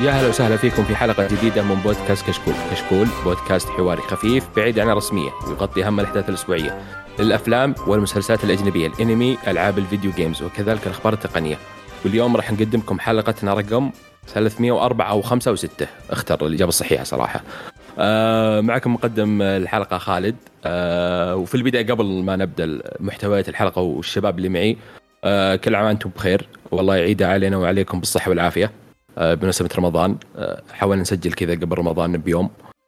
يا هلا وسهلا فيكم في حلقة جديدة من بودكاست كشكول. كشكول بودكاست حواري خفيف بعيد عن الرسمية، يغطي أهم الأحداث الأسبوعية، الأفلام والمسلسلات الأجنبية، الأنمي، ألعاب الفيديو جيمز، وكذلك الأخبار التقنية. واليوم راح نقدمكم حلقتنا رقم 304 أو 5 أو 6، اختر الإجابة الصحيحة صراحة. معكم مقدم الحلقة خالد. وفي البداية قبل ما نبدأ محتويات الحلقة والشباب اللي معي، كل عام وأنتم بخير، والله يعيد علينا وعليكم بالصحة والعافية. بمناسبة رمضان حاولنا نسجل كذا قبل رمضان بيوم.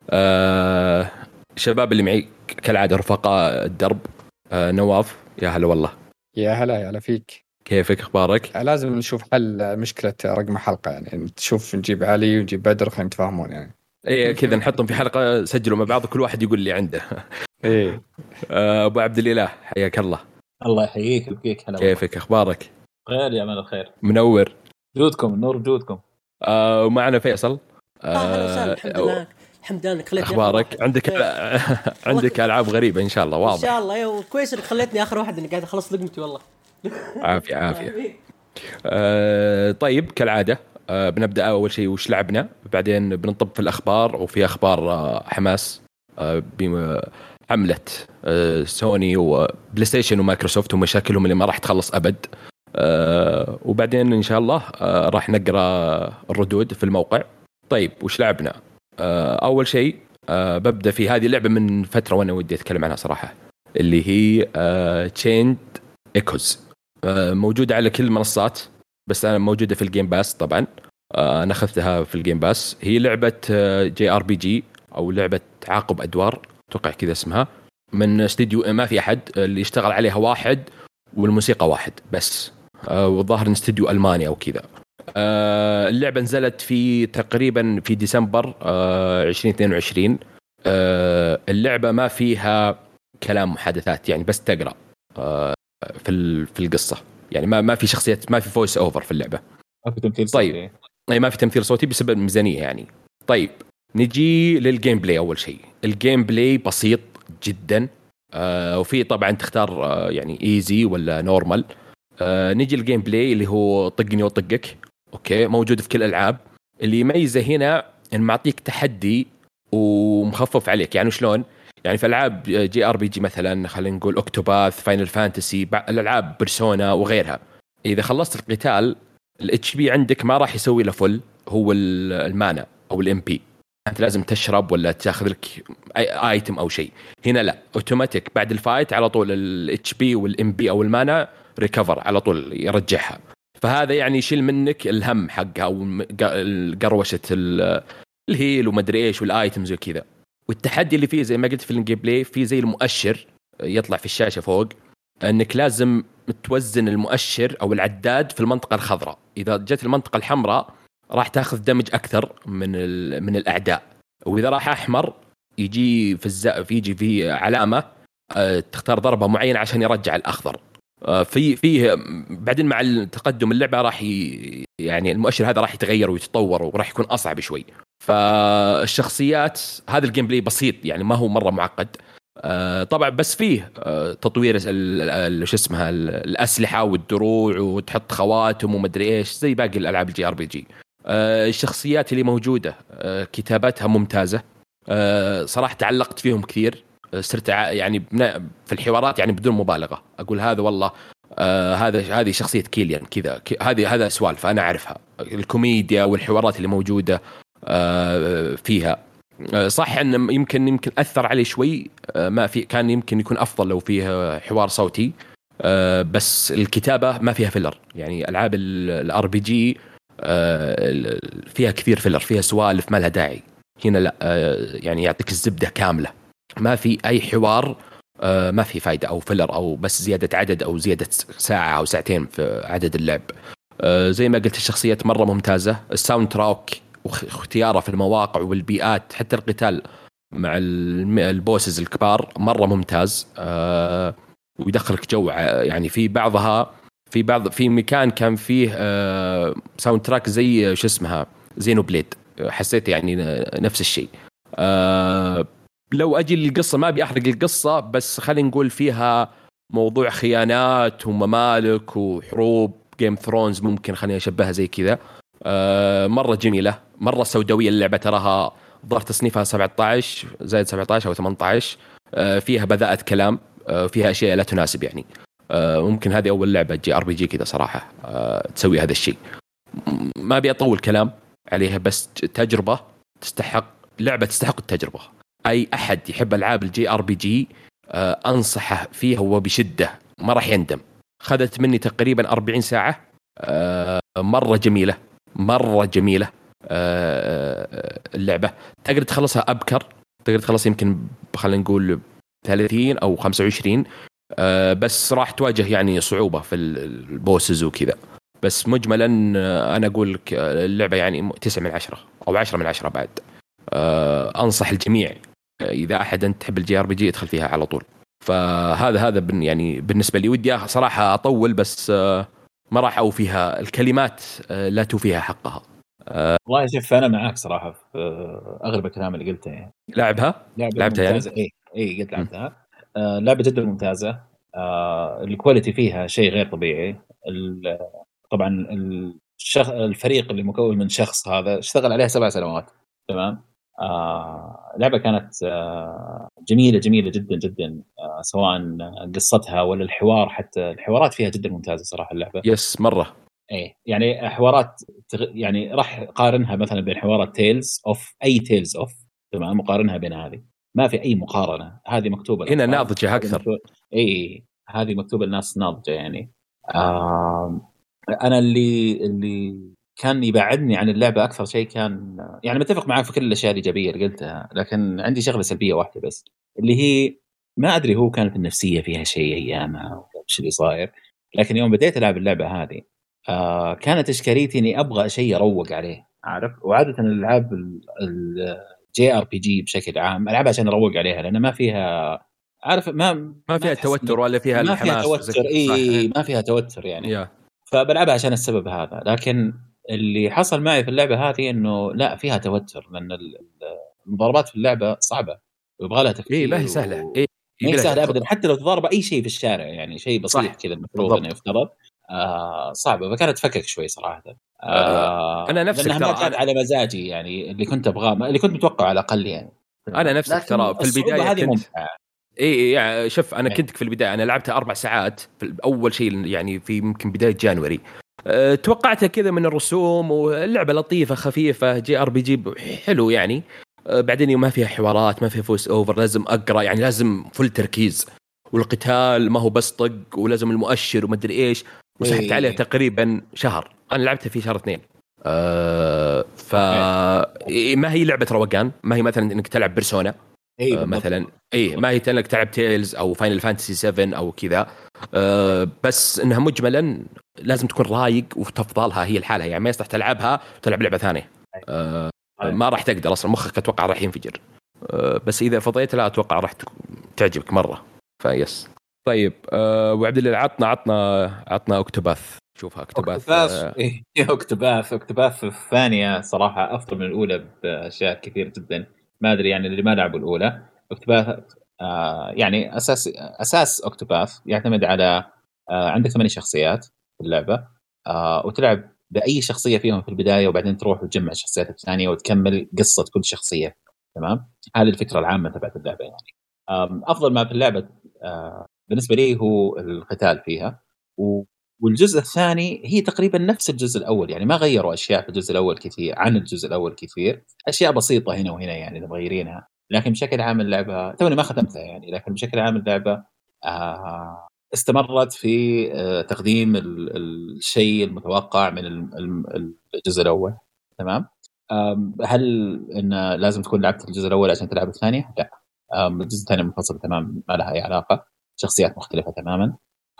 الشباب اللي معي كالعادة رفقاء الدرب. نواف، يا هلا والله. يا هلا فيك، كيفك أخبارك؟ لازم نشوف حل مشكلة رقم حلقة، يعني تشوف نجيب علي ونجيب بدر خلينا نتفاهمون يعني. ايه كذا نحطهم في حلقة سجلوا مع بعض، كل واحد يقول اللي عنده. ايه. أبو عبد الإله حياك الله. الله يحييك ويبقيك. هلا كيفك أخبارك؟ خير يا من الخير، منور جودكم نور وجودكم. ومعنا فيصل. اهلا وسهلا. الحمد لله خليتني اخبارك؟ عندك العاب غريبه ان شاء الله. واضح ان شاء الله. كويس انك خليتني اخر واحد، اني قاعد اخلص لقمتي والله. عافيه. طيب كالعاده بنبدا اول شيء وش لعبنا، بعدين بنطب في الاخبار، وفي اخبار حماس بحمله سوني وبلاي ستيشن ومايكروسوفت ومشاكلهم اللي ما راح تخلص ابد. وبعدين إن شاء الله راح نقرأ الردود في الموقع. طيب وش لعبنا؟ أول شيء ببدأ في هذه اللعبة من فترة وأنا ودي أتكلم عنها صراحة، اللي هي تشيند إيكوز. موجودة على كل المنصات، بس أنا موجودة في الجيم باس طبعا. أنا أخذتها في الجيم باس. هي لعبة JRPG أو لعبة تعاقب أدوار، أتوقع كذا اسمها، من استديو ما في أحد، اللي يشتغل عليها واحد والموسيقى واحد بس. والظاهر استوديو ألماني أو كذا. اللعبة نزلت في تقريبا في ديسمبر 2022. اللعبة ما فيها كلام محادثات، يعني بس تقرأ في القصة، يعني ما في شخصيات، ما في فويس أوفر في اللعبة. ما في تمثيل صوتي. طيب ما في تمثيل صوتي بسبب الميزانية يعني. طيب نجي للجيم بلاي. أول شيء الجيم بلاي بسيط جدا، وفي طبعا تختار يعني ايزي ولا نورمال. نيجي الجيم بلاي اللي هو طقني وطقك، اوكي، موجود في كل الالعاب. اللي يميزه هنا ان معطيك تحدي ومخفف عليك. يعني شلون؟ يعني في العاب JRPG مثلا، خلينا نقول اوكتوباث، فاينل فانتسي، الالعاب بيرسونا وغيرها، اذا خلصت القتال الاتش بي عندك ما راح يسوي له فل، هو المانا او الام بي، انت لازم تشرب ولا تاخذ لك ايتم او شيء. هنا لا، اوتوماتيك بعد الفايت على طول الاتش بي والام بي او المانا ريكفر على طول يرجعها. فهذا يعني يشيل منك الهم حقها او قروشه الهيل ومدري ايش والايتمز وكذا. والتحدي اللي فيه زي ما قلت في الجيم بلاي، فيه زي المؤشر يطلع في الشاشه فوق، انك لازم توزن المؤشر او العداد في المنطقه الخضراء. اذا جت المنطقه الحمراء راح تاخذ دمج اكثر من الاعداء، واذا راح احمر يجي يجي في علامه تختار ضربه معينه عشان يرجع الاخضر. فيه بعدين مع التقدم اللعبه راح يعني المؤشر هذا راح يتغير ويتطور وراح يكون اصعب شوي. فالشخصيات هذا الجيم بلاي بسيط، يعني ما هو مره معقد. طبعا بس فيه تطوير شو اسمها الاسلحه والدروع، وتحط خواتم ومدري ايش زي باقي الالعاب الجي ار بي جي. الشخصيات اللي موجوده كتاباتها ممتازه. صراحه تعلقت فيهم كثير، صرت يعني في الحوارات يعني بدون مبالغه اقول هذا والله هذه شخصيه كيليان كذا، هذا سوالف انا اعرفها. الكوميديا والحوارات اللي موجوده فيها صح ان يمكن اثر عليه شوي، ما في كان يمكن يكون افضل لو فيه حوار صوتي. بس الكتابه ما فيها فيلر، يعني العاب الار بي جي فيها كثير فيلر، فيها سوالف ما لها داعي. هنا لا، يعني يعطيك الزبده كامله، ما في اي حوار، ما في فايده او فيلر او بس زياده عدد او زياده ساعه او ساعتين في عدد اللعب. زي ما قلت الشخصيات مره ممتازه، الساوند تراك واختياره في المواقع والبيئات، حتى القتال مع البوسز الكبار مره ممتاز. ويدخلك جو، يعني في في مكان كان فيه ساوند تراك زي شو اسمها زينو بليد، حسيت يعني نفس الشيء. لو أجي للقصة ما بيحرق القصة، بس خلينا نقول فيها موضوع خيانات وممالك وحروب، جيم ثرونز ممكن خلينا أشبهها زي كذا. مرة جميلة، مرة سوداوية اللعبة، تراها ظهر تصنيفها 17 زائد 17 أو 18. فيها بذاءة كلام، فيها أشياء لا تناسب يعني. ممكن هذه أول لعبة جي ار بي جي كذا صراحة تسوي هذا الشيء. ما أبي أطول كلام عليها، بس تجربة تستحق، لعبة تستحق التجربة. أي أحد يحب ألعاب الجي ار بي جي أنصحه فيها وبشدة، ما راح يندم. خذت مني تقريبا 40 ساعة. مرة جميلة، مرة جميلة. اللعبة تقدر تخلصها أبكر، تقدر تخلص يمكن خلينا نقول 30 أو 25. بس راح تواجه يعني صعوبة في البوسز وكذا. بس مجملا أنا أقول لك اللعبة يعني 9 من 10 أو 10 من 10 بعد. أنصح الجميع إذا أحد أنت تحب الجي ار بي جي ادخل فيها على طول. فهذا يعني بالنسبة لي. ودي صراحة أطول بس ما راح أوفيها، الكلمات لا توفيها حقها. والله شوف أنا معاك صراحة في أغلب الكلام اللي قلته يعني. لعبتها ممتازة يعني؟ إيه قلت لعبتها. لعبة جدا ممتازة. الكواليتي فيها شيء غير طبيعي. طبعا الفريق اللي مكون من شخص هذا اشتغل عليها 7 سنوات. تمام. لعبة كانت جميلة جميلة جدا جدا. سواء قصتها ولا الحوار، حتى الحوارات فيها جدا ممتازة صراحة اللعبة. يس مرة. ايه يعني حوارات يعني راح قارنها مثلا بين حوارات تيلز اوف، اي تيلز اوف. تمام. مقارنها بين هذه ما في اي مقارنة. هذه مكتوبة هنا ناضجة أكثر. اي هذه مكتوبة الناس ناضجة يعني. انا اللي كان يبعدني عن اللعبة أكثر شيء كان يعني متفق معك في كل الأشياء الإيجابية اللي قلتها، لكن عندي شغلة سلبية واحدة بس، اللي هي ما أدري هو كانت النفسية فيها شيء أيامها ولا إيش اللي صاير. لكن يوم بديت ألعب اللعبة هذه كانت إشكاليتي إني أبغى شيء أروق عليه، عارف. وعادة الألعاب الجي ار بي جي بشكل عام ألعبها عشان أروق عليها، لأن ما فيها، عارف، ما فيها توتر ولا فيها ما الحماس. فيها توتر. إيه ما فيها توتر يعني. فبلعبها عشان السبب هذا. لكن اللي حصل معي في اللعبة هذه إنه لا فيها توتر، لأن المضاربات في اللعبة صعبة ويبغى لها تفكير. إيه ما هي سهلة. ما هي سهلة أبدا. حتى لو تضارب أي شيء في الشارع يعني شيء بسيط كذا المفروض إنه يفترض صعبة. فكانت فكك شوي صراحة. أنا نفسك لأنها ما جات على مزاجي يعني، اللي كنت أبغاه اللي كنت متوقع على الأقل يعني. أنا نفسك ترى في البداية هذه ممتعة. إيه يعني شوف أنا كنت في البداية أنا لعبتها 4 ساعات في أول شيء يعني في يمكن بداية جانوري. توقعتها كذا من الرسوم واللعبة لطيفة خفيفة جي ار بي جي حلو يعني. بعدين ما فيها حوارات، ما فيها فويس اوفر، لازم اقرا يعني، لازم فل تركيز، والقتال ما هو بس طق، ولازم المؤشر وما ادري ايش. وسحبت عليها تقريبا شهر، انا لعبتها في شهر 2. ما هي لعبة روقان، ما هي مثلا انك تلعب بيرسونا مثلا. ما هي انك تلعب تيلز او فاينل فانتسي 7 او كذا. بس انها مجملا لازم تكون رايق وتفضلها هي الحالة يعني، ما يصلح تلعبها وتلعب لعبة ثانية. ما راح تقدر اصلا، مخك اتوقع راح ينفجر. بس اذا فضيت لا اتوقع راح تعجبك مره. فيس. طيب وعبد الله عطنا اكتوباث. شوفها اكتوباث. اكتوباث الثانيه صراحه افضل من الاولى باشياء كثير جدا. ما ادري يعني اللي ما لعبوا الاولى اكتوباث يعني اساس اكتوباث يعتمد على عندك 8 شخصيات في اللعبه وتلعب باي شخصيه فيهم في البدايه، وبعدين تروح وتجمع الشخصيات الثانيه وتكمل قصه كل شخصيه. تمام. هذه الفكره العامه تبعت اللعبه يعني. افضل ما في اللعبه بالنسبه لي هو القتال فيها، والجزء الثاني هي تقريبا نفس الجزء الاول يعني، ما غيروا اشياء في الجزء الاول كثير عن الجزء الاول كثير، اشياء بسيطه هنا وهنا يعني مغيرينها. لكن بشكل عام اللعبه توني ما ختمتها يعني، لكن بشكل عام اللعبه استمرت في تقديم الشيء المتوقع من الجزء الأول. تمام. هل إن لازم تكون لعبت الجزء الأول عشان تلعب الثانية؟ لا. الجزء الثاني منفصل تمام، ما لها أي علاقة، شخصيات مختلفة تماما.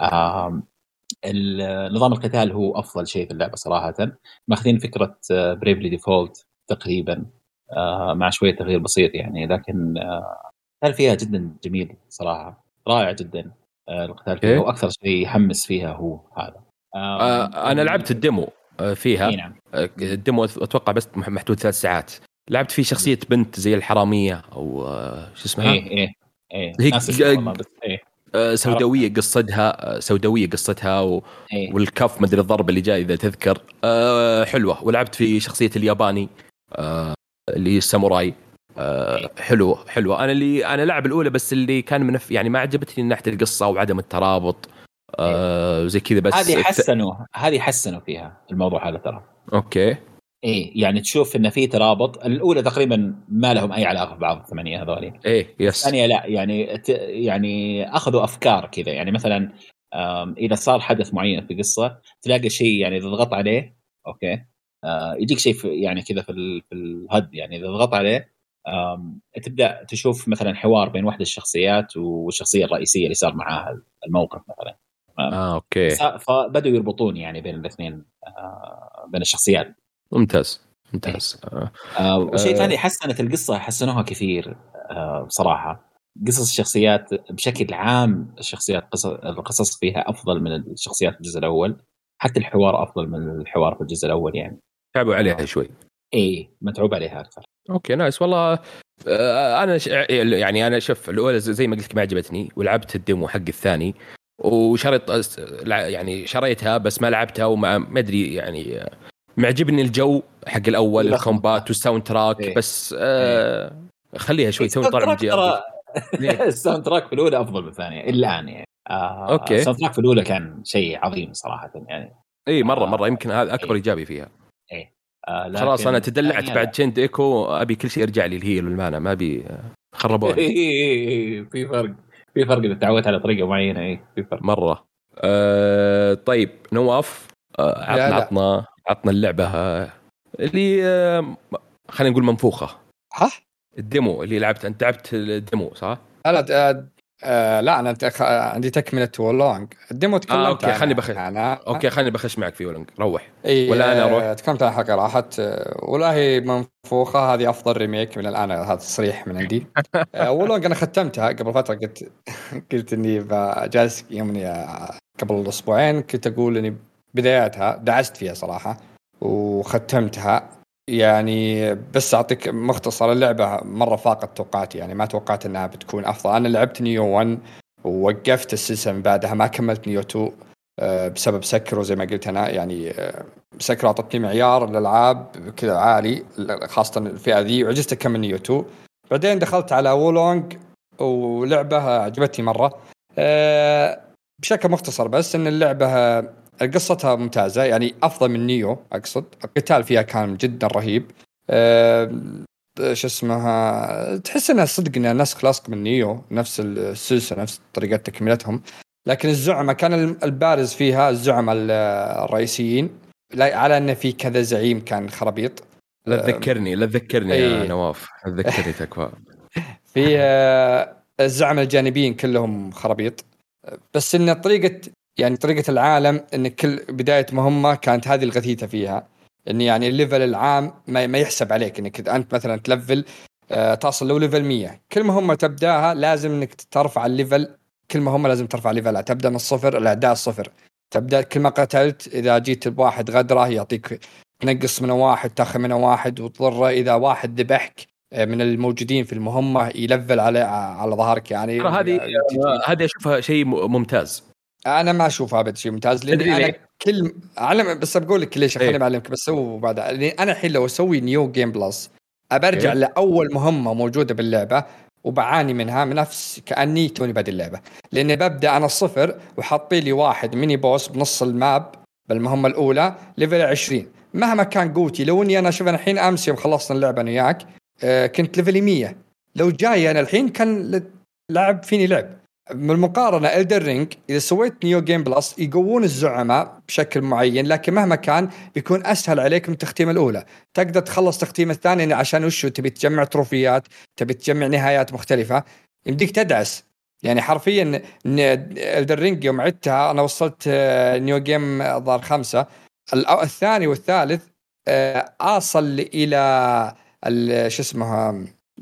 نظام القتال هو أفضل شيء في اللعبة صراحة. ماخذين فكرة بريفلي ديفولت تقريبا مع شوية تغيير بسيط يعني، لكن القتال فيها جدا جميل صراحة، رائع جدا. القتال فيها واكثر شيء يحمس فيها هو هذا. انا لعبت الديمو فيها. نعم. الديمو اتوقع بس محدود 3 ساعات. لعبت فيه شخصيه بنت زي الحراميه او شو اسمها. ايه هي سوداويه قصتها والكف مدري الضرب اللي جاي اذا تذكر حلوه. ولعبت في شخصيه الياباني اللي الساموراي حلوه. انا لعب الاولى بس اللي كان يعني ما عجبتني من ناحيه القصه وعدم الترابط زي كذا. بس هذه حسنوا فيها الموضوع هذا ترى. اوكي ايه يعني تشوف ان في ترابط. الاولى تقريبا ما لهم اي علاقه ببعض الثمانيه هذولي. ايه يس. الثانيه لا يعني اخذوا افكار كذا. يعني مثلا اذا صار حدث معين في قصه تلاقي شيء يعني اذا ضغط عليه اوكي يجيك شيء يعني كذا في الهد. يعني اذا ضغط عليه تبدا تشوف مثلا حوار بين واحده الشخصيات والشخصيه الرئيسيه اللي صار معاها الموقف مثلا. اوكي. فبدوا يربطون يعني بين الاثنين بين الشخصيات. ممتاز. وشيء ثاني حسنت القصة حسنوها كثير بصراحة. قصص الشخصيات بشكل عام القصص فيها أفضل من الشخصيات في الجزء الأول. حتى الحوار أفضل من الحوار في الجزء الأول. يعني تعبوا عليها شوي. إيه متعوب عليها أكثر. اوكي نايس والله. انا شوف الاولى زي ما قلت ما عجبتني ولعبت الديمو حق الثاني يعني شريتها بس ما لعبتها وما ادري يعني معجبني الجو حق الاول الكومبات والساوند تراك بس خليها شوي توني طالع من جير. الساوند تراك في الاولى افضل من الثانيه الان يعني اوكي. الساوند تراك في الاولى كان شيء عظيم صراحه يعني. اي مره يمكن هذا اكبر ايجابي فيها. خلاص انا تدلعت بعد تشيند ايكو ابي كل شيء يرجع لي الهيل والمانع ما ابي خربوني. في فرق اذا تعودت على طريقه معينه. في فرق مره. طيب نواف عطنا اللعبه اللي خلينا نقول منفوخه. الديمو اللي لعبت لعبت الديمو صح؟ لا انا عندي تكمله وولونج. الديمو تكلمت اوكي خليني بخش معك في وولونج. روح ولا انا اروح. تكلمت عن حلقه راحت ولا هي منفوخه. هذه افضل ريميك من الان. هذا تصريح من عندي. وولونج انا ختمتها قبل فتره. قلت اني جالس يومني قبل اسبوعين كنت اقول اني بداياتها دعست فيها صراحه وختمتها. يعني بس أعطيك مختصر اللعبة مرة فاقت توقعاتي. يعني ما توقعت أنها بتكون أفضل. أنا لعبت نيو 1 ووقفت السلسلة من بعدها ما كملت نيو 2 بسبب سكرو زي ما قلت أنا. يعني سكرو أعطتني معيار الألعاب كذا عالي خاصة الفئة ذي وعجزت أكمل نيو 2. بعدين دخلت على وولونج ولعبة عجبتني مرة. بشكل مختصر بس أن اللعبة قصتها ممتازة يعني أفضل من نيو. أقصد القتال فيها كان جدا رهيب. شو اسمها تحس أنها صدق أنها نسخ لاصق من نيو نفس السلسلة نفس طريقة تكملتهم. لكن الزعمة كان البارز فيها الزعمة الرئيسيين على أن في كذا زعيم كان خرابيط. لا تذكرني يا نواف تذكرني تكفى. في الزعمة الجانبيين كلهم خرابيط. بس إن طريقة العالم إن كل بداية مهمة كانت هذه الغثيثة فيها. إن يعني الليفل العام ما يحسب عليك إنك أنت مثلا تلفل تصل لو ليفل 100. كل مهمة تبدأها لازم إنك ترفع الليفل. كل مهمة لازم ترفع ليفلها. تبدأ من الصفر الأعداء الصفر. تبدأ كل ما قتلت إذا جيت بواحد غدره يعطيك تنقص منه واحد تاخذ منه واحد وتضره. إذا واحد ذبحك من الموجودين في المهمة يلفل على ظهرك. يعني هذه أشوفها شيء ممتاز. أنا ما أشوفها أبد شيء ممتاز لأن أنا كل علم بس بقول لك ليش خليني بعلمك بس سووا بعدها. لأن أنا الحين لو أسوي نيو جيم بلس أبرجع لأول مهمة موجودة باللعبة وبعاني منها من نفس كأني توني بادئ اللعبة. لأن ببدأ أنا الصفر وحاطين لي واحد ميني بوس بنص الماب بالمهمة الأولى ليفل 20 مهما كان قوتي. لو إني أنا شوف أنا الحين أمس يوم خلصنا اللعبة أنا وياك كنت ليفل 100. لو جاي أنا الحين كان لعب فيني لعب. بالمقارنة إلدر رينج إذا سويت نيو جيم بلس يقوون الزعماء بشكل معين لكن مهما كان بيكون أسهل عليك من التختيم الأولى. تقدر تخلص تختيم الثاني عشان وشو تبي تجمع تروفيات تبي تجمع نهايات مختلفة يمديك تدعس. يعني حرفيا إلدر رينج يوم عدتها أنا وصلت نيو جيم ضار 5 الثاني والثالث أصل إلى شو اسمها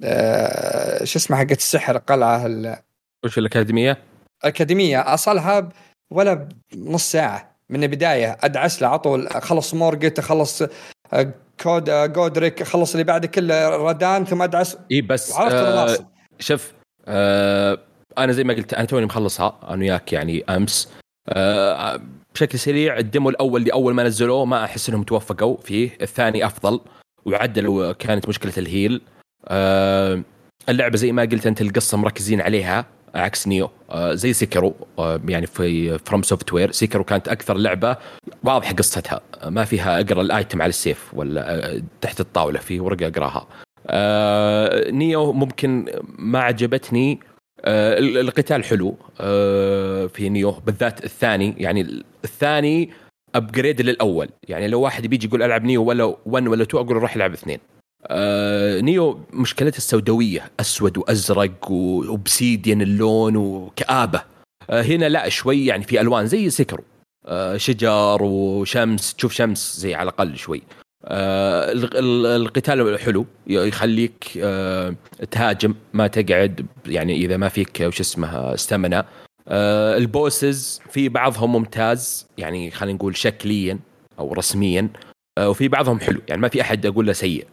حقت السحر قلعة وش الأكاديمية أصلها ولا نص ساعة من البداية. أدعس له عطول خلص مورجت خلص كود جودريك خلص اللي بعد كله ردان ثم أدعس بس شوف انا زي ما قلت انا توني مخلصها انا وياك يعني امس. بشكل سريع الديمو الاول لاول ما نزلوه ما احس انهم توفقوا فيه. الثاني افضل وعدلوا كانت مشكله الهيل. اللعبه زي ما قلت انت القصه مركزين عليها عكس نيو. زي سيكرو يعني في فروم سوفت وير. سيكرو كانت اكثر لعبه واضحه قصتها ما فيها اقرا الايتم على السيف ولا تحت الطاوله في ورقه اقراها. نيو ممكن ما عجبتني. القتال حلو في نيو بالذات الثاني. يعني الثاني ابجريد للاول. يعني لو واحد بيجي يقول العب نيو ولا 1 ولا 2 اقول روح العب 2. نيو مشكلتها السوداويه اسود وازرق وبسيدين اللون وكآبه. هنا لا شوي يعني في الوان زي سكرو. شجر وشمس تشوف شمس زي على الاقل شوي. القتال حلو يخليك تهاجم ما تقعد يعني اذا ما فيك وش اسمها استمنة. البوسز في بعضهم ممتاز يعني خلينا نقول شكليا او رسميا. وفي بعضهم حلو يعني ما في احد اقول له سيء.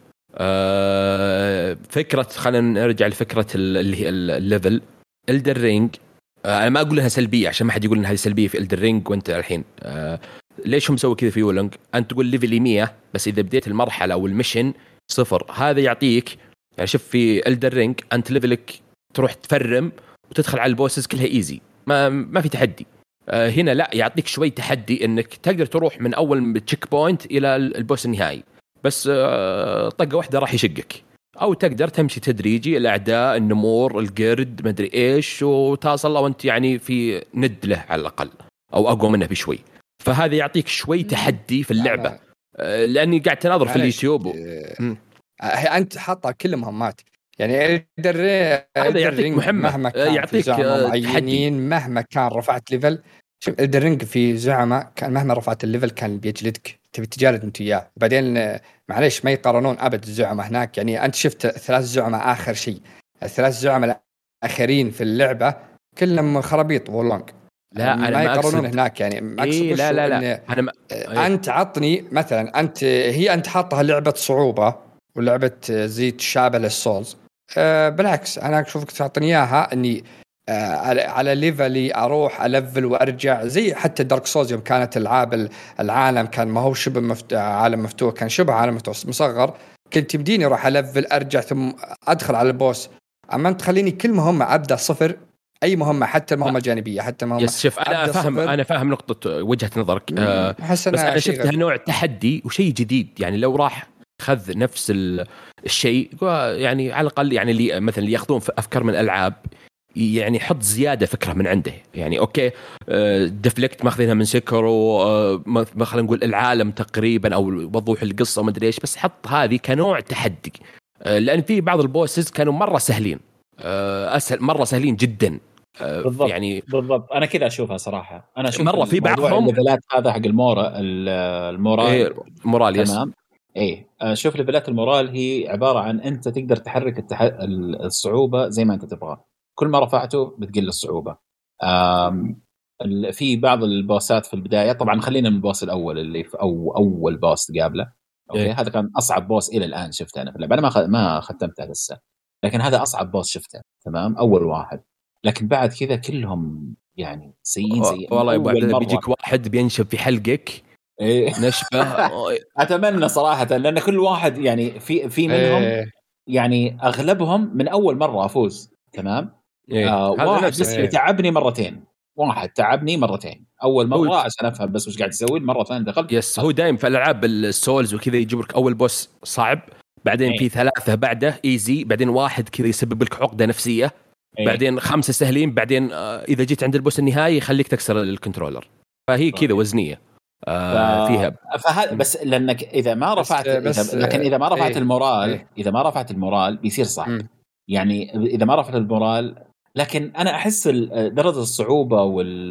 فكره خلينا نرجع لفكره الليفل إلدر رينج. انا ما اقول انها سلبيه عشان ما حد يقول انها سلبيه في إلدر رينج. وانت الحين ليش هم مسوي كذا في يولونج؟ انت تقول ليفلي 100 بس اذا بديت المرحله او المشن 0. هذا يعطيك يعني شوف في إلدر رينج انت ليفلك تروح تفرم وتدخل على البوسز كلها ايزي ما في تحدي. هنا لا يعطيك شوي تحدي انك تقدر تروح من اول تشيك بوينت الى البوس النهائي بس طقه واحده راح يشقك. او تقدر تمشي تدريجي الاعداء النمور القرد مدري ايش وتصل وانت يعني في ند له على الاقل او اقوى منه بشوي. فهذا يعطيك شوي تحدي في اللعبه. لاني قاعد تناظر في اليوتيوب انت حاطه كل مهمات يعني هذا يعطيك مهمه مهما كان يعطيك معينين مهما كان رفعت ليفل. شوف الدرينج في زعماء كان مهما رفعت الليفل كان بيجلدك تبي تجارد انت وياه. بعدين معليش ما يقارنون ابد الزعماء هناك. يعني انت شفت 3 زعماء اخر شيء. 3 زعماء الاخرين في اللعبه كلهم خرابيط وولونج. لا ما أنا يقارنون هناك يعني ما إيه لا أنا انت عطني مثلا انت حاطها لعبه صعوبه ولعبه زي تشابه للسولز. بالعكس انا اشوفك تعطيني اياها اني على ليفلي اروح الفل وارجع زي حتى دارك سولز يوم كانت العاب العالم كان ما هو شبه عالم مفتوح كان شبه عالم مفتوح مصغر. كنت يمديني اروح الفل ارجع ثم ادخل على البوس. اما انت خليني كل مهمه ابدا صفر. اي مهمه حتى المهمه الجانبيه حتى المهمه يس شوف انا فاهم نقطه وجهه نظرك. بس انا شفتها نوع تحدي وشيء جديد. يعني لو راح خذ نفس الشيء يعني على الاقل يعني اللي مثلا اللي ياخذون افكار من الالعاب يعني حط زياده فكره من عنده. يعني اوكي ديفليكت ماخذينها من سيكرو ما خلينا نقول العالم تقريبا او وضوح القصه ما ادري ايش بس حط هذه كنوع تحدي. لان في بعض البوسز كانوا مره سهلين. اسهل مره سهلين جدا. بالضبط يعني بالضبط انا كذا اشوفها صراحه. انا اشوف مره في بعضهم الليفلات هذا حق المورال مورال تمام. ايه شوف ليفلات المورال هي عباره عن انت تقدر تحرك الصعوبه زي ما انت تبغى. كل ما رفعته بتقل الصعوبه. في بعض البوسات في البدايه طبعا خلينا من البوس الاول اللي في اول بوس تقابله. اوكي إيه؟ هذا كان اصعب بوس الى الان شفته انا في اللعبه. انا ما ختمتها لسه لكن هذا اصعب بوس شفته تمام اول واحد. لكن بعد كذا كلهم يعني سيئين والله بعد بيجيك واحد بينشب في حلقك نشبه. اتمنى صراحه لان كل واحد يعني في منهم يعني اغلبهم من اول مره افوز تمام. واحد بس تعبني مرتين. واحد تعبني مرتين اول مره عشان افهم بس وش قاعد يسوي. المره الثانيه دخلت يس هو دايم في الالعاب السولز وكذا يجيبك اول بوس صعب بعدين في 3 بعده ايزي بعدين واحد كذا يسبب لك عقده نفسيه بعدين 5 سهلين بعدين اذا جيت عند البوس النهائي يخليك تكسر الكنترولر. فهي كذا وزنيه فيها بس لانك اذا ما رفعت لكن اذا ما رفعت المورال اذا ما رفعت المورال بيصير صعب. يعني اذا ما رفعت المورال. لكن انا احس درجه الصعوبه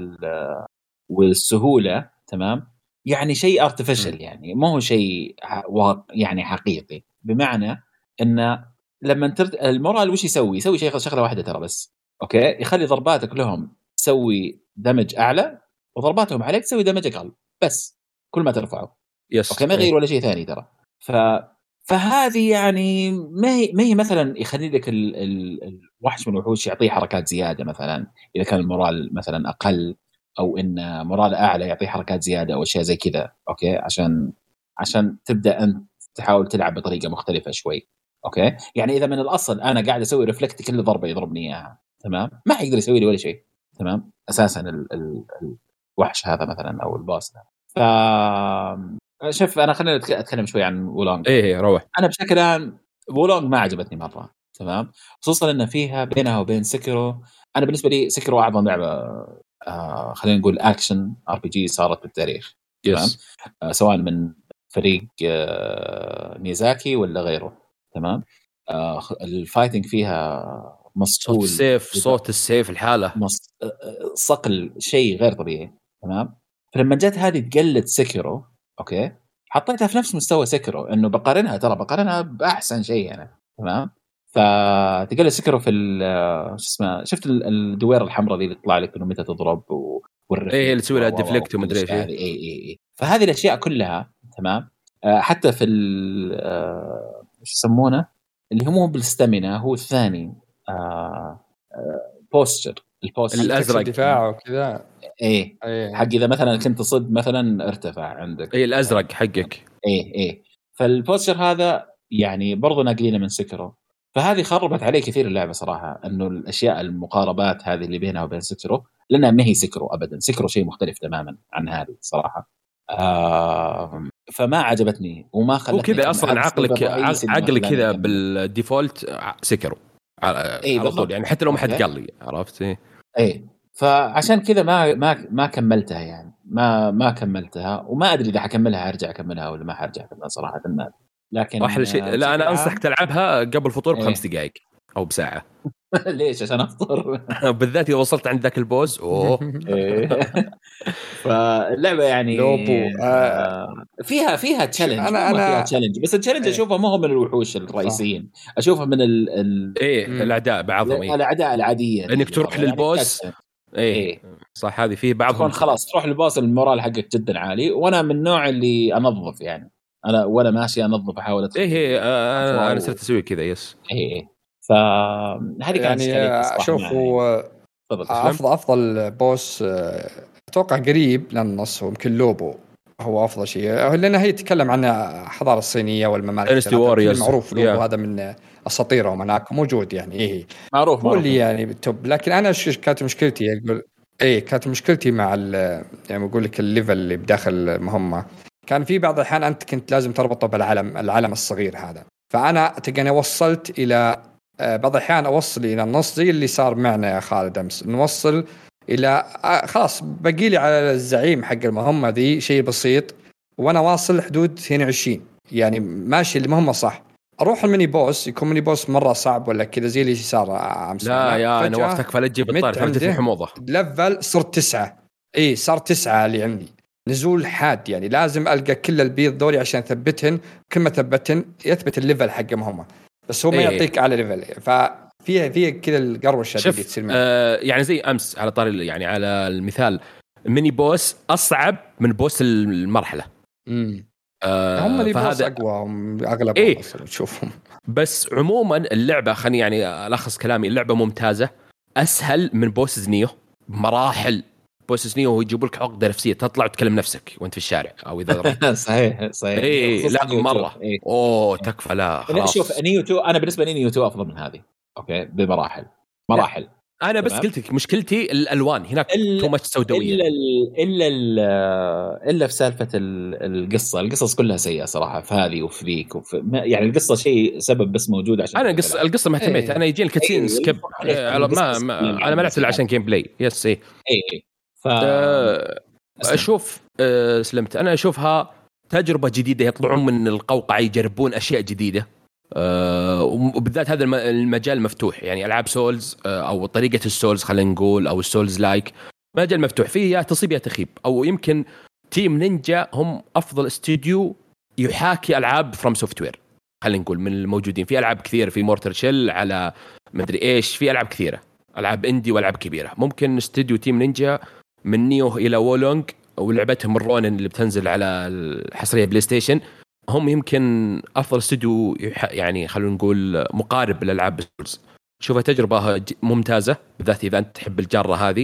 والسهوله تمام يعني شيء ارتفيشل. يعني ما هو شيء يعني حقيقي. بمعنى ان لما المورال وش يسوي شغله واحده ترى بس اوكي يخلي ضرباتك لهم تسوي دمج اعلى وضرباتهم عليك تسوي دمج اقل بس كل ما ترفعه. اوكي ما يغير ولا شيء ثاني ترى. فهذه يعني ما هي مثلا يخلي لك الوحش من الوحوش يعطيه حركات زياده، مثلا اذا كان المورال مثلا اقل او ان مورال اعلى يعطيه حركات زياده او اشياء زي كذا. اوكي، عشان تبدا انت تحاول تلعب بطريقه مختلفه شوي. اوكي، يعني اذا من الاصل انا قاعد اسوي ريفلكت كل ضربه يضربني اياها، تمام، ما حيقدر يسوي لي ولا شيء. تمام، اساسا الوحش هذا مثلا او الباص ده. ف شوف، انا خليني اتكلم شوي عن وولونج. ايه روح. انا بشكل عام وولونج ما عجبتني مره، تمام، خصوصا ان فيها بينها وبين سكرو. انا بالنسبه لي سكرو اعظم لعبه خلينا نقول اكشن ار بي جي صارت بالتاريخ، تمام. سواء من فريق ميزاكي ولا غيره، تمام. الفايتنج فيها مصقول، صوت السيف الحاله صقل شيء غير طبيعي، تمام. فلما جت هذه تقلد سكرو، اوكي، حطيتها في نفس مستوى سكرو، انه بقارنها باحسن شيء يعني، تمام. فتقلد سكرو في اسمه، شفت الدوير الحمراء اللي تطلع لك انه متى تضرب ايه اللي تسوي لها ديفليكت وما ادري ايش. اي فهذه الاشياء كلها، تمام. حتى في ايش يسمونه اللي هو بالستامينا، هو الثاني بوستر، البوستر الازرق الدفاع وكذا. ايه حق اذا مثلا كنت تصد مثلا ارتفع عندك، ايه الازرق حقك. ايه فالبوستر هذا يعني برضو ناقلينه من سكرو. فهذه خربت عليه كثير اللعبه صراحه، انه الاشياء المقاربات هذه اللي بينها وبين سكرو، لانها ما هي سكرو ابدا. سكرو شيء مختلف تماما عن هذه صراحه. فما عجبتني وما خلتني وكذا اصلا عقلك كذا بالديفولت سكروا على طول يعني، حتى لو ما حد قال لي، عرفت؟ ايه فعشان كذا ما كملتها يعني، ما كملتها، وما ادري اذا حكملها ارجع اكملها ولا ما حرجع اكملها صراحه. لكن احلى شيء، لا انا انصحك تلعبها قبل فطور ب5 دقائق او بساعه. ليش؟ عشان افطر. بالذات اذا وصلت عند ذاك البوز. فاللعبه يعني لوبو فيها تشالنج، فيها تشالنج، بس التشالنج اشوفه ما هو من الوحوش الرئيسيين، اشوفه من الاعداء بعضهم. الاعداء العاديه انك تروح للبوس. ايه صح، هذه فيه بعضهم خلاص تروح للبوس المورال حقك جدا عالي، وانا من النوع اللي انظف يعني، انا ولا ماشي انظف احاول ادخل. انا صرت اسوي كذا. يس فهذه كانت يعني اشوف هو افضل بوس اتوقع قريب للنص، ويمكن لوبو هو افضل شيء، لان هي تتكلم عن الحضاره الصينيه والممالك معروف. لوبو هذا من اساطيرهم هناك موجود يعني، معروف هو اللي يعني بالتوب. لكن انا كانت مشكلتي يقول كانت مشكلتي مع يعني بقول لك الليفل اللي بداخل المهمه، كان في بعض الأحيان أنت كنت لازم تربطه بالعالم الصغير هذا. فأنا تقني وصلت إلى بعض الأحيان أوصل إلى النص زي اللي صار معنا يا خالد أمس، نوصل إلى خلاص بقي لي على الزعيم حق المهمة ذي شيء بسيط، وأنا واصل حدود 22 يعني ماشي المهمة صح. أروح الميني بوس، يكون ميني بوس مرة صعب ولا كذا زي اللي صار أمس. لا يا أنا وقتك فلتجي بالطاري في حموضة ليفل صرت 9. صار 9 اللي عندي نزول حاد يعني، لازم ألقى كل البيض دوري عشان أثبتهن. كل ما ثبتهن يثبت الليفل حقهم هم، بس هو ما يعطيك على ليفل. ففيها كذا القروشة اللي تصير يعني زي أمس على طاري يعني على المثال، ميني بوس أصعب من بوس المرحلة. هم اللي بوس أقوى أغلبهم أصلا تشوفهم. بس عموما اللعبة خليني يعني ألخص كلامي، اللعبة ممتازة، أسهل من بوس نيو بمراحل. بوس نيو يجيبوا لك عقدة نفسية تطلع وتكلم نفسك وانت في الشارع او اذا صحيح لا مرة تكفى. لا خلاص. شوف نيو 2 انا بالنسبة لي نيو 2 افضل من هذه، اوكي، بمراحل انا بس قلت مشكلتي الالوان هناك تو ماتش سوداويه، الا في سالفه القصص كلها سيئه صراحه، في هذه وفي ذيك يعني القصه شيء سبب بس موجود عشان انا القصه ما اهتميت. انا يجيني الكاتسين سكيب على ما انا ما لعبت الا عشان جيم بلاي. يس اشوف سلمت. انا اشوفها تجربه جديده، يطلعون من القوقعه يجربون اشياء جديده، وبالذات هذا المجال مفتوح يعني. العاب سولز او طريقه السولز خلينا نقول، او السولز لايك، مجال مفتوح فيه يا تصيب يا تخيب. او يمكن تيم نينجا هم افضل استوديو يحاكي العاب فروم سوفت وير خلينا نقول من الموجودين. في العاب كثير، في مورتال شيل، على مدري ايش، في العاب كثيره، العاب اندي والعاب كبيره. ممكن استوديو تيم نينجا من نيو الى وولونج ولعبتهم الرونن اللي بتنزل على الحصريه بلاي ستيشن، هم يمكن افضل استوديو يعني خلونا نقول مقارب للالعاب سولز. شوفها تجربه ممتازه بالذات اذا انت تحب الجاره هذه.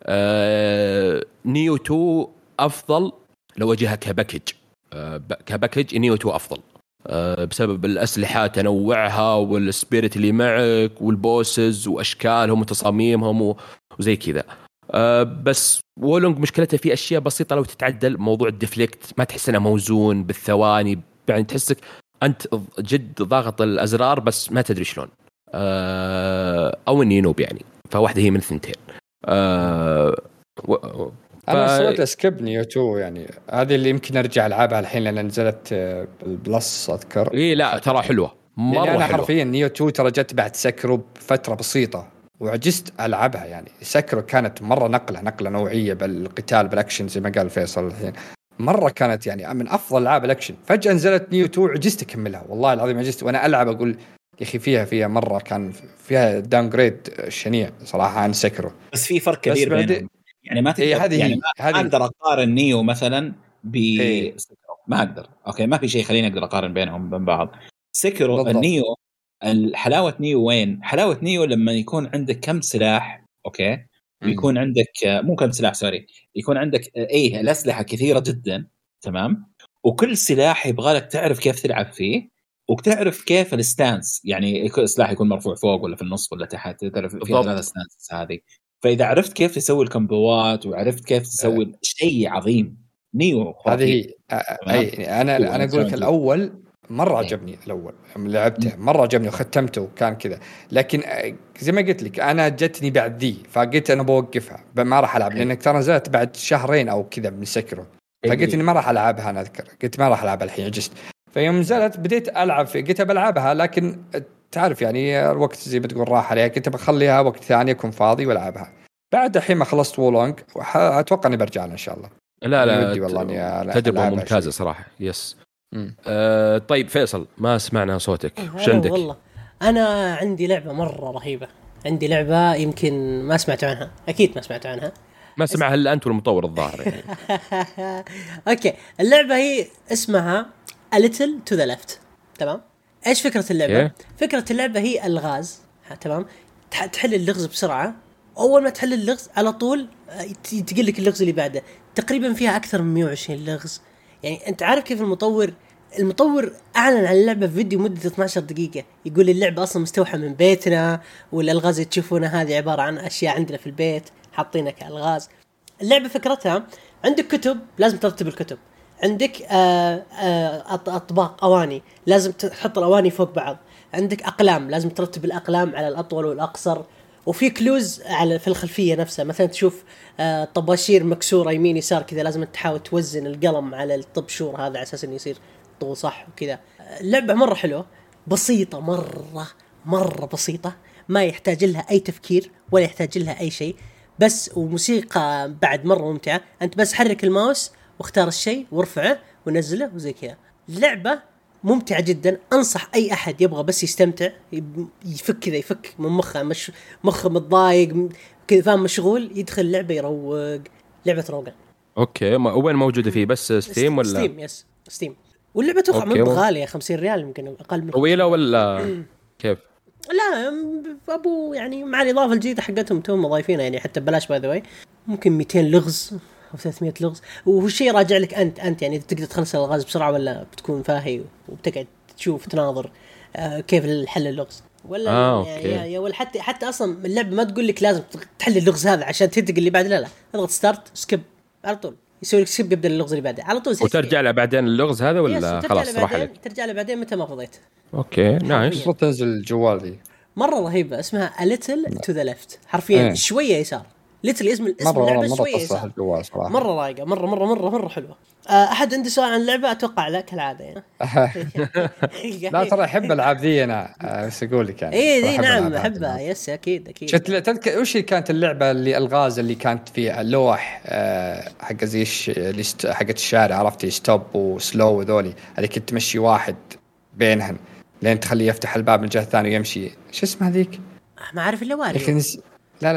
نيو 2 افضل لو اجيها كباكج. كباكج نيو 2 افضل بسبب الاسلحه تنوعها والسبيريت اللي معك والبوسز واشكالهم وتصاميمهم وزي كذا. بس وولونج مشكلته في اشياء بسيطه لو تتعدل. موضوع الديفليكت ما تحس انه موزون بالثواني، يعني تحسك انت جد ضاغط الازرار بس ما تدري شلون. او اني نوب يعني، فواحده هي من الثنتين. انا سويت سكيب نيو 2 يعني، هذه اللي يمكن ارجع العبها الحين لان نزلت بالبلس اذكر. اي لا ترى حلوه مره يعني انا حلوه. حرفيا نيو 2 ترى جت بعد سكرو بفتره بسيطه وعجزت العبها. يعني سكرو كانت مره نقله نوعيه بالقتال بالاكشن زي ما قال فيصل الحين، مره كانت يعني من افضل العاب الاكشن. فجاه نزلت نيو 2 عجزت اكملها والله العظيم، عجزت وانا العب اقول يا اخي فيها مره كان فيها داون جريد شنيع صراحه عن سكرو. بس في فرق كبير بينهم يعني ما تقدر يعني ما اقدر اقارن نيو مثلا بسكرو، ما اقدر. اوكي ما في شيء خليني اقدر اقارن بينهم من بعض. سكرو النيو حلاوه نيو وين؟ حلاوه نيو لما يكون عندك كم سلاح. اوكي ويكون عندك مو كم سلاح سوري، يكون عندك الاسلحه كثيره جدا تمام، وكل سلاح يبغى لك تعرف كيف تلعب فيه وتعرف كيف الستانس، يعني سلاح يكون مرفوع فوق ولا في النص ولا تحت، تعرف في ثلاث ستانس هذه. فإذا عرفت كيف تسوي الكمبوات وعرفت كيف تسوي شيء عظيم. نيو هذه أنا أقول لك الأول مرة عجبني، الأول لعبته مرة عجبني وختمته وكان كذا، لكن زي ما قلت لك أنا جتني بعد ذي فقلت أنا بوقفها ما راح ألعب لأنك ترى نزلت بعد شهرين أو كذا من سكرو، فقلت إني ما راح ألعبها. أنا أذكر قلت ما راح ألعبها الحين عجزت. فيوم نزلت بديت ألعب في قلت بلعبها، لكن تعرف يعني الوقت زي ما تقول راح عليها، كنت بخليها وقت ثاني يكون فاضي والعبها. بعد الحين ما خلصت وولونج اتوقع اني برجع ان شاء الله. لا تجربه ممتازه صراحه. يس. طيب فيصل ما سمعنا صوتك، وش عندك؟ والله انا عندي لعبه مره رهيبه، عندي لعبه يمكن ما سمعت عنها، اكيد ما سمعت عنها، ما سمعها الا انت والمطور الظاهر يعني. اوكي اللعبه هي اسمها A Little to the Left. تمام. ايش فكره اللعبه؟ فكره اللعبه هي الغاز. تمام. تحل اللغز بسرعه، اول ما تحل اللغز على طول تقول لك اللغز اللي بعده. تقريبا فيها اكثر من 120 لغز. يعني انت عارف كيف المطور اعلن عن اللعبه في فيديو مده 12 دقيقه، يقول اللعبه اصلا مستوحى من بيتنا، والالغاز اللي تشوفونها هذه عباره عن اشياء عندنا في البيت حاطينها كالغاز. اللعبه فكرتها عندك كتب لازم ترتب الكتب، عندك اطباق اواني لازم تحط الاواني فوق بعض، عندك اقلام لازم ترتب الاقلام على الاطول والاقصر، وفي كلوز في الخلفيه نفسها، مثلا تشوف طباشير مكسوره يمين يسار كذا، لازم تحاول توزن القلم على الطبشور هذا على اساس انه يصير طول صح وكذا. اللعبه مره حلوه، بسيطه مره بسيطه، ما يحتاج لها اي تفكير ولا يحتاج لها اي شيء، بس وموسيقى بعد مره ممتعه. انت بس حرك الماوس واختار الشيء وارفعه ونزله وزي كذا. اللعبه ممتعة جدا، أنصح أي أحد يبغى بس يستمتع يفك كذا، يفك من مخه، مخه متضايق كذا فاهم مشغول، يدخل لعبة يروق. لعبة روغان. أوكي وين موجودة فيه؟ بس ستيم ولا؟ ستيم يس ستيم. واللعبة توقع من غالية 50 ريال يمكن أقل من طويلة ولا كيف؟ لا أبو يعني مع الإضافة الجديدة حقتهم توم مضايفينها يعني حتى ببلاش باي ذا واي، ممكن 200 لغز أو 300 لغز، وشيء راجع لك أنت يعني تقدر تخلص الغاز بسرعة ولا بتكون فاهي وبتقعد تشوف تناظر كيف الحل اللغز ولا يعني ولا حتى أصلا اللعبة ما تقول لك لازم تحل اللغز هذا عشان تنتقل اللي بعد، لا اضغط ستارت سكيب على طول يسوي لك سكيب يبدأ اللغز اللي بعده على طول، وترجع له بعدين اللغز هذا ولا خلاص راح عليك؟ ترجع له بعدين متى ما فضيت. أوكي نايس. المفروض تنزل الجوال دي مرة رهيبة، اسمها A Little to the Left، حرفيا شوية يسار. ليتل اسم اللعبة شوية يسار، مرة رايقة، مرة حلوة. أحد عنده سؤال عن اللعبة؟ أتوقع لا كالعادة يعني. لا ترى أحب العاب ذي أنا بس أقول لك يعني. إيه دي نعم أحبها يس أكيد. شفت تذكر وش كانت اللعبة اللي الغاز اللي كانت في اللوح حق زيش اللي حقت الشارع، عرفتي ستوب وسلو وذولي اللي كنت تمشي واحد بينهن لين تخليه يفتح الباب من الجهة الثانية ويمشي، شو اسمه هذيك؟ ما أعرف إلا واريو. لا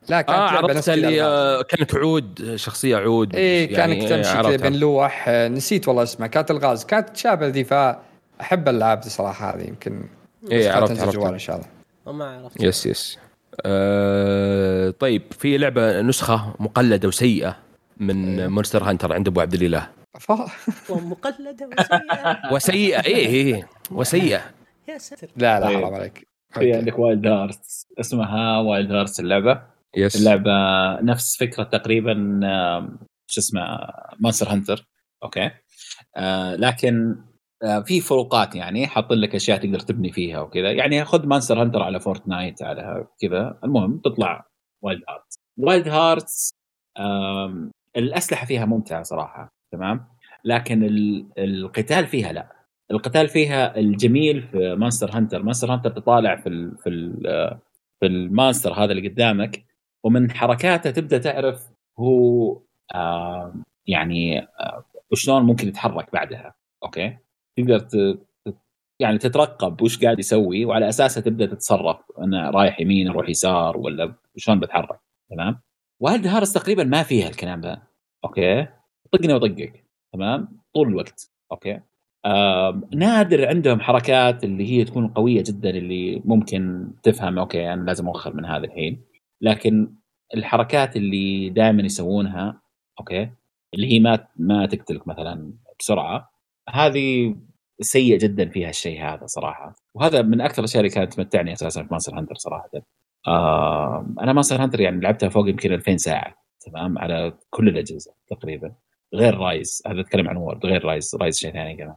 لا كانت لعبه عرفت اللي كانت عود، شخصيه عود إيه يعني كانك تمشي كذا بين لوح، نسيت والله اسمها، كانت الغاز، كانت تشابه ذي. فاحب الالعاب دي صراحه، هذه يمكن عرفت جوال ان شاء الله. ما عرفت. يس طيب في لعبه نسخه مقلده وسيئه من مونستر هانتر عند ابو عبد الاله. مقلده وسيئه ايه وسيئه. يا ساتر. لا حرام عليك. في عندك وايلد هارتس، اسمها وايلد هارتس اللعبه. يس. اللعبه نفس فكره تقريبا شو اسمه مونستر هانتر. اوكي لكن في فروقات، يعني حاطين لك اشياء تقدر تبني فيها وكذا. يعني خذ مونستر هانتر على فورتنايت على كذا، المهم تطلع وايلد هارتس. وايلد هارتس الاسلحه فيها ممتعه صراحه، تمام، لكن القتال فيها لا. القتال فيها الجميل في مونستر هانتر تطالع في المونستر هذا اللي قدامك، ومن حركاته تبدا تعرف هو يعني وشلون ممكن يتحرك بعدها. اوكي تقدر يعني تترقب وش قاعد يسوي، وعلى اساسه تبدا تتصرف، انا رايح يمين اروح يسار ولا شلون بتحرك. تمام. وايلد هارتس تقريبا ما فيها الكلام ده. اوكي طقني وطقك تمام طول الوقت. اوكي نادر عندهم حركات اللي هي تكون قويه جدا اللي ممكن تفهم اوكي انا لازم اوخر من هذا الحين، لكن الحركات اللي دائما يسوونها اوكي اللي هي ما تقتلك مثلا بسرعه، هذه سيء جدا فيها الشيء هذا صراحه. وهذا من اكثر الاشياء اللي كانت تمتعني اساسا في مونستر هانتر صراحه. انا مونستر هانتر يعني لعبتها فوق يمكن 2000 ساعه تمام على كل الاجهزه تقريبا، غير رايز. هذا اتكلم عن وورد، غير رايز شيء ثاني كمان.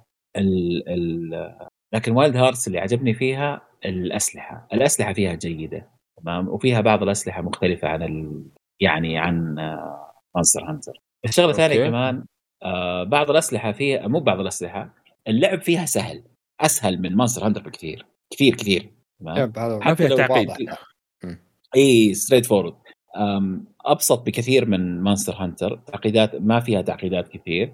لكن وايلد هارتس اللي عجبني فيها الاسلحه فيها جيده تمام، وفيها بعض الاسلحه مختلفه عن يعني عن مونستر هانتر. الشغله الثانيه كمان بعض الاسلحه فيها، مو بعض الاسلحه، اللعب فيها اسهل من مونستر هانتر بكثير كثير تمام. حتى لو تعقيد اي ستريت فورورد، ابسط بكثير من مونستر هانتر. تعقيدات ما فيها تعقيدات كثير.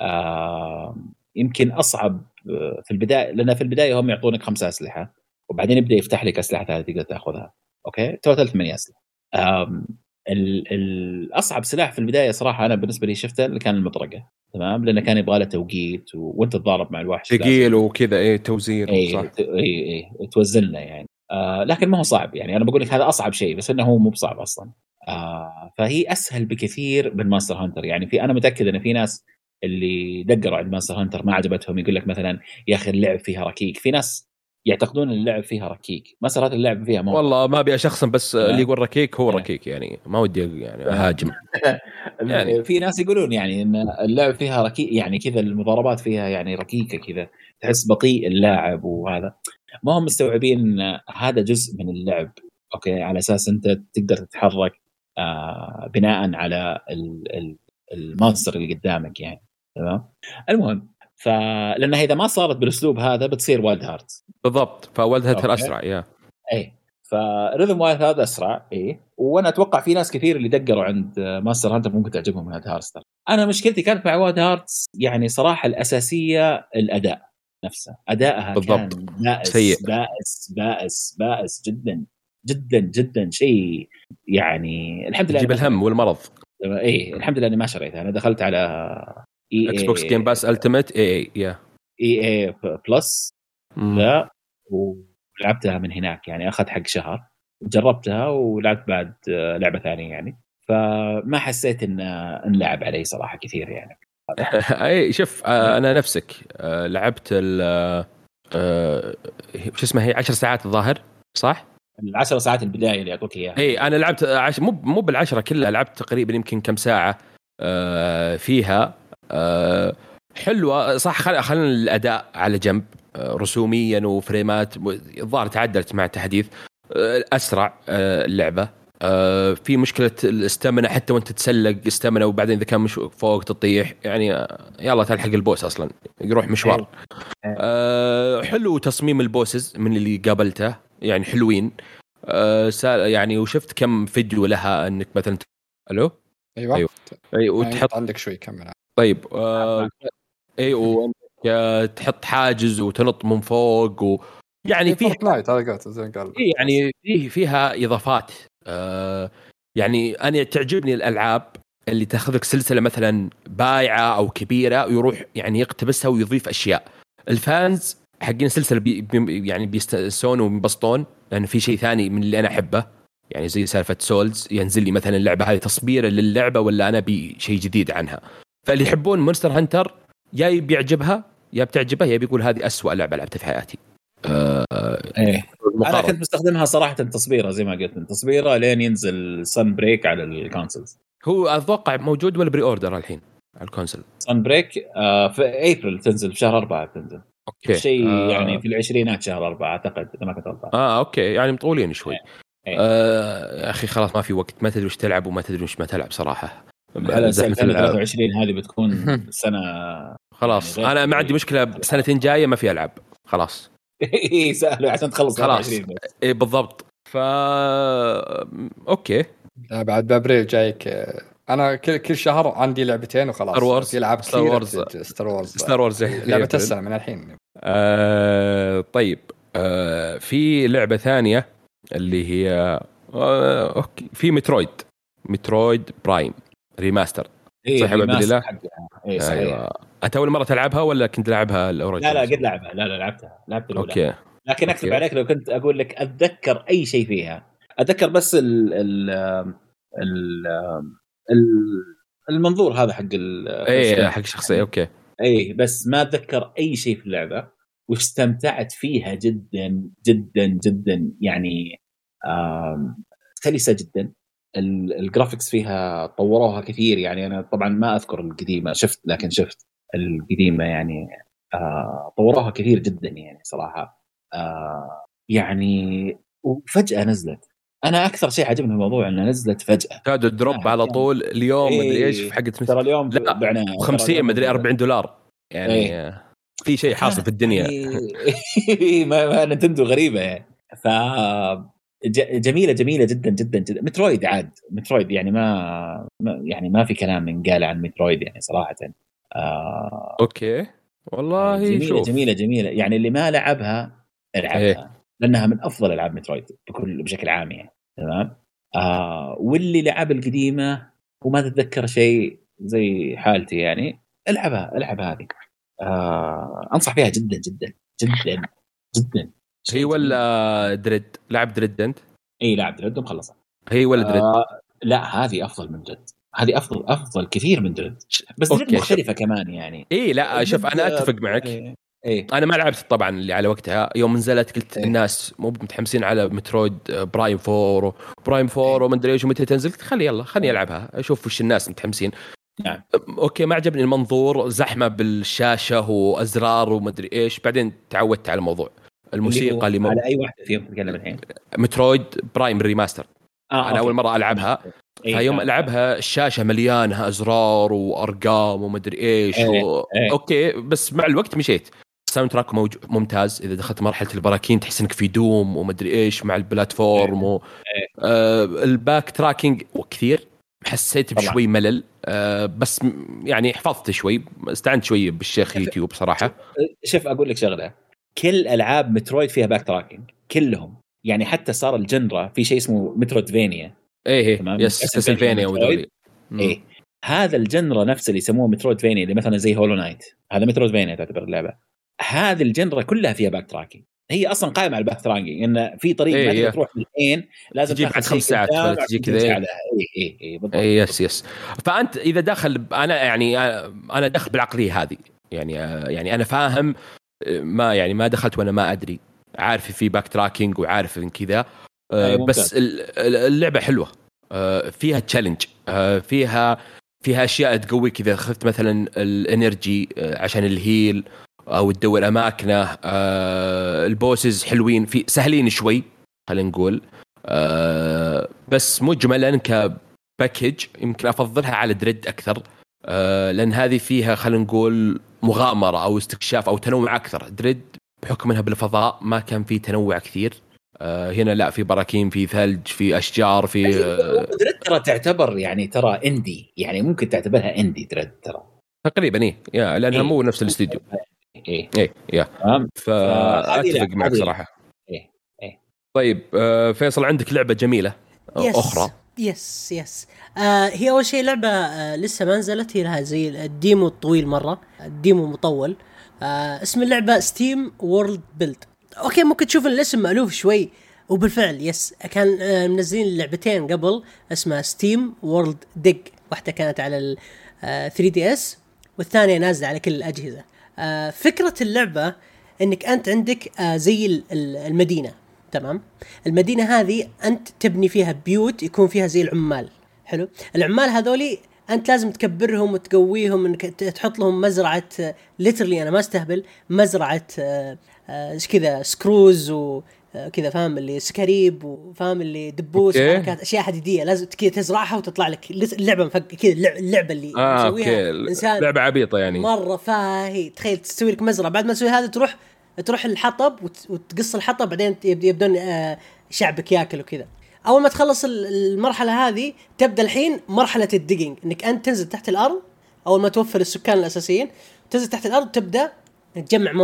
يمكن اصعب في البدايه، لان في البدايه هم يعطونك 5 اسلحه وبعدين يبدا يفتح لك اسلحه ثانيه تقدر تاخذها. اوكي توتال 8 اسلحه. الاصعب سلاح في البدايه صراحه انا بالنسبه لي شفته اللي كان المطرقه تمام، لانه كان يبغى له توقيت وانت تتضارب مع الوحش ثقيل وكذا توزير صح توزنه يعني. لكن ما هو صعب، يعني انا بقول لك هذا اصعب شيء بس انه هو مو بصعب اصلا. فهي اسهل بكثير من مونستر هانتر. يعني انا متاكد ان في ناس اللي دقروا عند مونستر هانتر ما عجبتهم، يقول لك مثلا يا اخي اللعب فيها ركيك. في ناس يعتقدون ان اللعب فيها ركيك، مونستر هانتر اللعب فيها مو والله ما ابي شخصا بس اللي يقول ركيك هو ركيك، يعني ما ودي يعني اهاجم. يعني في ناس يقولون يعني ان اللعب فيها ركيك، يعني كذا المضاربات فيها يعني ركيكه كذا، تحس بطيء اللاعب، وهذا ما هم مستوعبين هذا جزء من اللعب. اوكي على اساس انت تقدر تتحرك بناء على المونستر اللي قدامك يعني تمام. المهم فلانها اذا ما صارت بالاسلوب هذا بتصير وايلد هارت بالضبط. فوايلد هارت اسرع اي فريذم وايلد هذا اسرع. وانا اتوقع في ناس كثير اللي دقروا عند ماستر هانتر ممكن تعجبهم وايلد هارت. انا مشكلتي كانت مع وايلد هارت يعني صراحه الاساسيه الاداء نفسه، ادائها بالضبط. كان بائس جدا جدا جدا. شيء يعني الحمد لله يجيب الهم والمرض. الحمد لله اني ما شريتها. انا دخلت على اكس بوكس جيم باس التيمت اي بلس لا، ولعبتها من هناك يعني اخذت حق شهر وجربتها ولعبت بعد لعبه ثانيه يعني، فما حسيت ان نلعب عليه صراحه كثير يعني. اي شوف انا نفسك لعبت شو اسمه هي 10 ساعات الظاهر صح؟ 10 ساعات البدايه اللي يعطوك اياها. اي انا لعبت مو بالعشرة كلها، لعبت تقريبا يمكن كم ساعه فيها. حلوه صح. خلينا الاداء على جنب، رسوميا وفريمات الظاهر تعدلت مع التحديث، اسرع اللعبه. في مشكله الاستامنا حتى وانت تتسلق استامنا، وبعدين اذا كان مش فوق تطيح يعني يلا تلحق البوس اصلا يروح مشوار. حلو تصميم البوسز من اللي قابلته يعني حلوين. يعني وشفت كم فيديو لها انك مثلا الو ايوه وتحط عندك شوي كمل. طيب وانك تحط حاجز وتنط من فوق يعني فيها فورتنايت هذا قالت زين قال يعني فيها اضافات يعني انا تعجبني الالعاب اللي تاخذ لك سلسله مثلا بايعه او كبيره ويروح يعني يقتبسها ويضيف اشياء. الفانز حقين السلسله يعني بيستانسون وبينبسطون لان في شيء ثاني من اللي انا احبه، يعني زي سالفه سولز ينزل لي مثلا اللعبه هذه تصبيره للعبه ولا انا بشيء جديد عنها. فاللي يحبون مونستر هانتر يا بيعجبها يا بتعجبه يا بيقول هذه أسوأ لعبه لعبتها في حياتي. ايه انا كنت مستخدمها صراحه تصبيره زي ما قلت، تصبيره لين ينزل سن بريك على الكونسولز. هو اتوقع موجود ولا بري اوردر الحين على الكونسول؟ سن بريك في ابريل تنزل، في شهر 4 تنزل. اوكي شيء يعني في العشرينات شهر 4 اعتقد اذا ما كنت غلطان. اوكي يعني مطولين شوي. إيه. يا اخي خلاص ما في وقت، ما تدري وش تلعب وما تدري وش ما تلعب صراحه. على سنه 2023 هذه بتكون سنه خلاص يعني انا ما عندي مشكله بسنتين جايه ما في العاب خلاص. اي سهل عشان تخلص 20 بس. اي بالضبط. اوكي لا بعد بابريل جايك. انا كل شهر عندي لعبتين وخلاص. ستار وورز. في العاب كثير. ستار وورز لعبه السنه من الحين. طيب في لعبه ثانيه اللي هي اوكي في مترويد برايم ريماستر. صحيح بالله. اي صحيح. أيوة. انت اول مره تلعبها ولا كنت لعبها الاوريجينال؟ لا قد لعبها. لا لعبتها الاولى. اوكي. لكن اكتب عليك لو كنت اقول لك اتذكر اي شيء فيها، اتذكر بس المنظور هذا حق حق الشخصيه. اوكي اي بس ما اتذكر اي شيء في اللعبه، واستمتعت فيها جدا جدا جدا يعني سلسه جدا. الجرافيكس فيها طوروها كثير، يعني انا طبعا ما اذكر القديمه لكن شفت القديمه يعني طوروها كثير جدا يعني صراحه. يعني وفجاه نزلت. انا اكثر شيء عجبني في الموضوع انها نزلت فجاه كاد دروب على طول اليوم. مدري ايش في حقت ترى اليوم بعناها 50 مدري $40 يعني في شيء حاصل في الدنيا. ما نتندو غريبه يعني. ف جميله جدا جدا جدا. مترويد يعني ما في كلام من قال عن مترويد يعني صراحه. اوكي والله جميله يعني اللي ما لعبها العبها لانها من افضل العاب مترويد بشكل عام يعني. تمام. واللي لعب القديمه وما تتذكر شيء زي حالتي يعني العبها هذه. انصح فيها جدا جدا جدا جدا. هي ولا دريد؟ لعب دريد انت؟ اي لعب دريد ومخلصها. هي ولا دريد؟ لا هذه افضل من دريد. هذه افضل كثير من دريد. بس دريد مختلفه كمان يعني. لا شوف انا اتفق معك. انا ما لعبت طبعا اللي على وقتها يوم نزلت قلت الناس مو متحمسين على مترويد برايم 4 وما ادري ايش ومتى تنزل، خليني العبها اشوف وش الناس متحمسين. نعم. اوكي ما عجبني المنظور، زحمه بالشاشه وازرار وما ادري ايش. بعدين تعودت على الموضوع. الموسيقى اللي على اي واحده فيهم تتكلم الحين؟ مترويد برايم ريماستر. انا اول مره العبها. فيوم العبها الشاشه مليانه ازرار وارقام وما ادري ايش اوكي بس مع الوقت مشيت. الساوند تراك ممتاز. اذا دخلت مرحله البراكين تحس انك في دوم وما ادري ايش مع البلاتفورم الباك تراكينج وكثير حسيت بشوي ملل. بس يعني حفظت شوي، استعنت شوي بالشيخ يوتيوب صراحه. شوف اقول لك شغله، كل العاب مترويد فيها باك تراكينج كلهم يعني. حتى صار الجنرا في شيء اسمه مترويدفانيا. كاسلفانيا وذولي. هذا الجنرا نفسه اللي يسموه مترويدفانيا، اللي مثلا زي هولو نايت هذا مترويدفانيا تعتبر اللعبه. هذه الجنرا كلها فيها باك تراكينج. هي اصلا قائمه على الباك تراكينج ان في طريق ما تروح من لازم تجيب بعد 5 ساعات ولا تجي كذا. بالضبط. يس فانت اذا داخل انا داخل بالعقليه هذه يعني انا فاهم ما دخلت وانا ما ادري، عارف في باك تراكينج وعارف ان كذا. بس اللعبه حلوه، فيها تشالنج، فيها اشياء تقوي كذا. اخذت مثلا الانرجي عشان الهيل او تدور اماكنه. البوسز حلوين، في سهلين شوي خلينا نقول. بس مجملا كباكج يمكن افضلها على دريد اكثر. لان هذه فيها خلينا نقول مغامره او استكشاف او تنوع اكثر. دريد بحكم انها بالفضاء ما كان فيه تنوع كثير. هنا لا، في براكين، في ثلج، في اشجار، في دريد ترى تعتبر يعني ترى اندي، يعني ممكن تعتبرها اندي دريد ترى تقريبا. لانها مو نفس الاستوديو. فاتفق معك صراحه. طيب فيصل عندك لعبه جميله اخرى يس هي اول شيء لعبه لسه ما نزلت، هي لها زي الديمو الطويل مره، الديمو مطول. اسم اللعبه ستيم وورلد بيلد. اوكي ممكن تشوف الاسم مألوف شوي، وبالفعل يس كان منزلين لعبتين قبل اسمها ستيم وورلد ديج، واحده كانت على ال 3DS والثانيه نازله على كل الاجهزه. فكره اللعبه انك انت عندك زي المدينه، تمام؟ المدينة هذه أنت تبني فيها بيوت يكون فيها زي العمال. حلو. العمال هذولي أنت لازم تكبرهم وتقويهم، إنك تحط لهم مزرعة، ليترلي أنا ما استهبل، مزرعة كذا سكروز وكذا، فاهم؟ اللي سكريب، وفاهم اللي دبوس، حركات أشياء حديدية لازم كذا تزرعها وتطلع لك اللعبة كذا. اللعبة اللي مسويها إنسان لعبة عبيطة يعني مرة فاهي. تخيل تسوي لك مزرعة، بعد ما تسوي هذا تروح الحطب وتقص الحطب، بعدين يبدون شعبك ياكل وكذا. اول ما تخلص المرحله هذه تبدا الحين مرحله الديجينج، انك انت تنزل تحت الارض. اول ما توفر السكان الاساسيين تنزل تحت الارض تبدا تجمع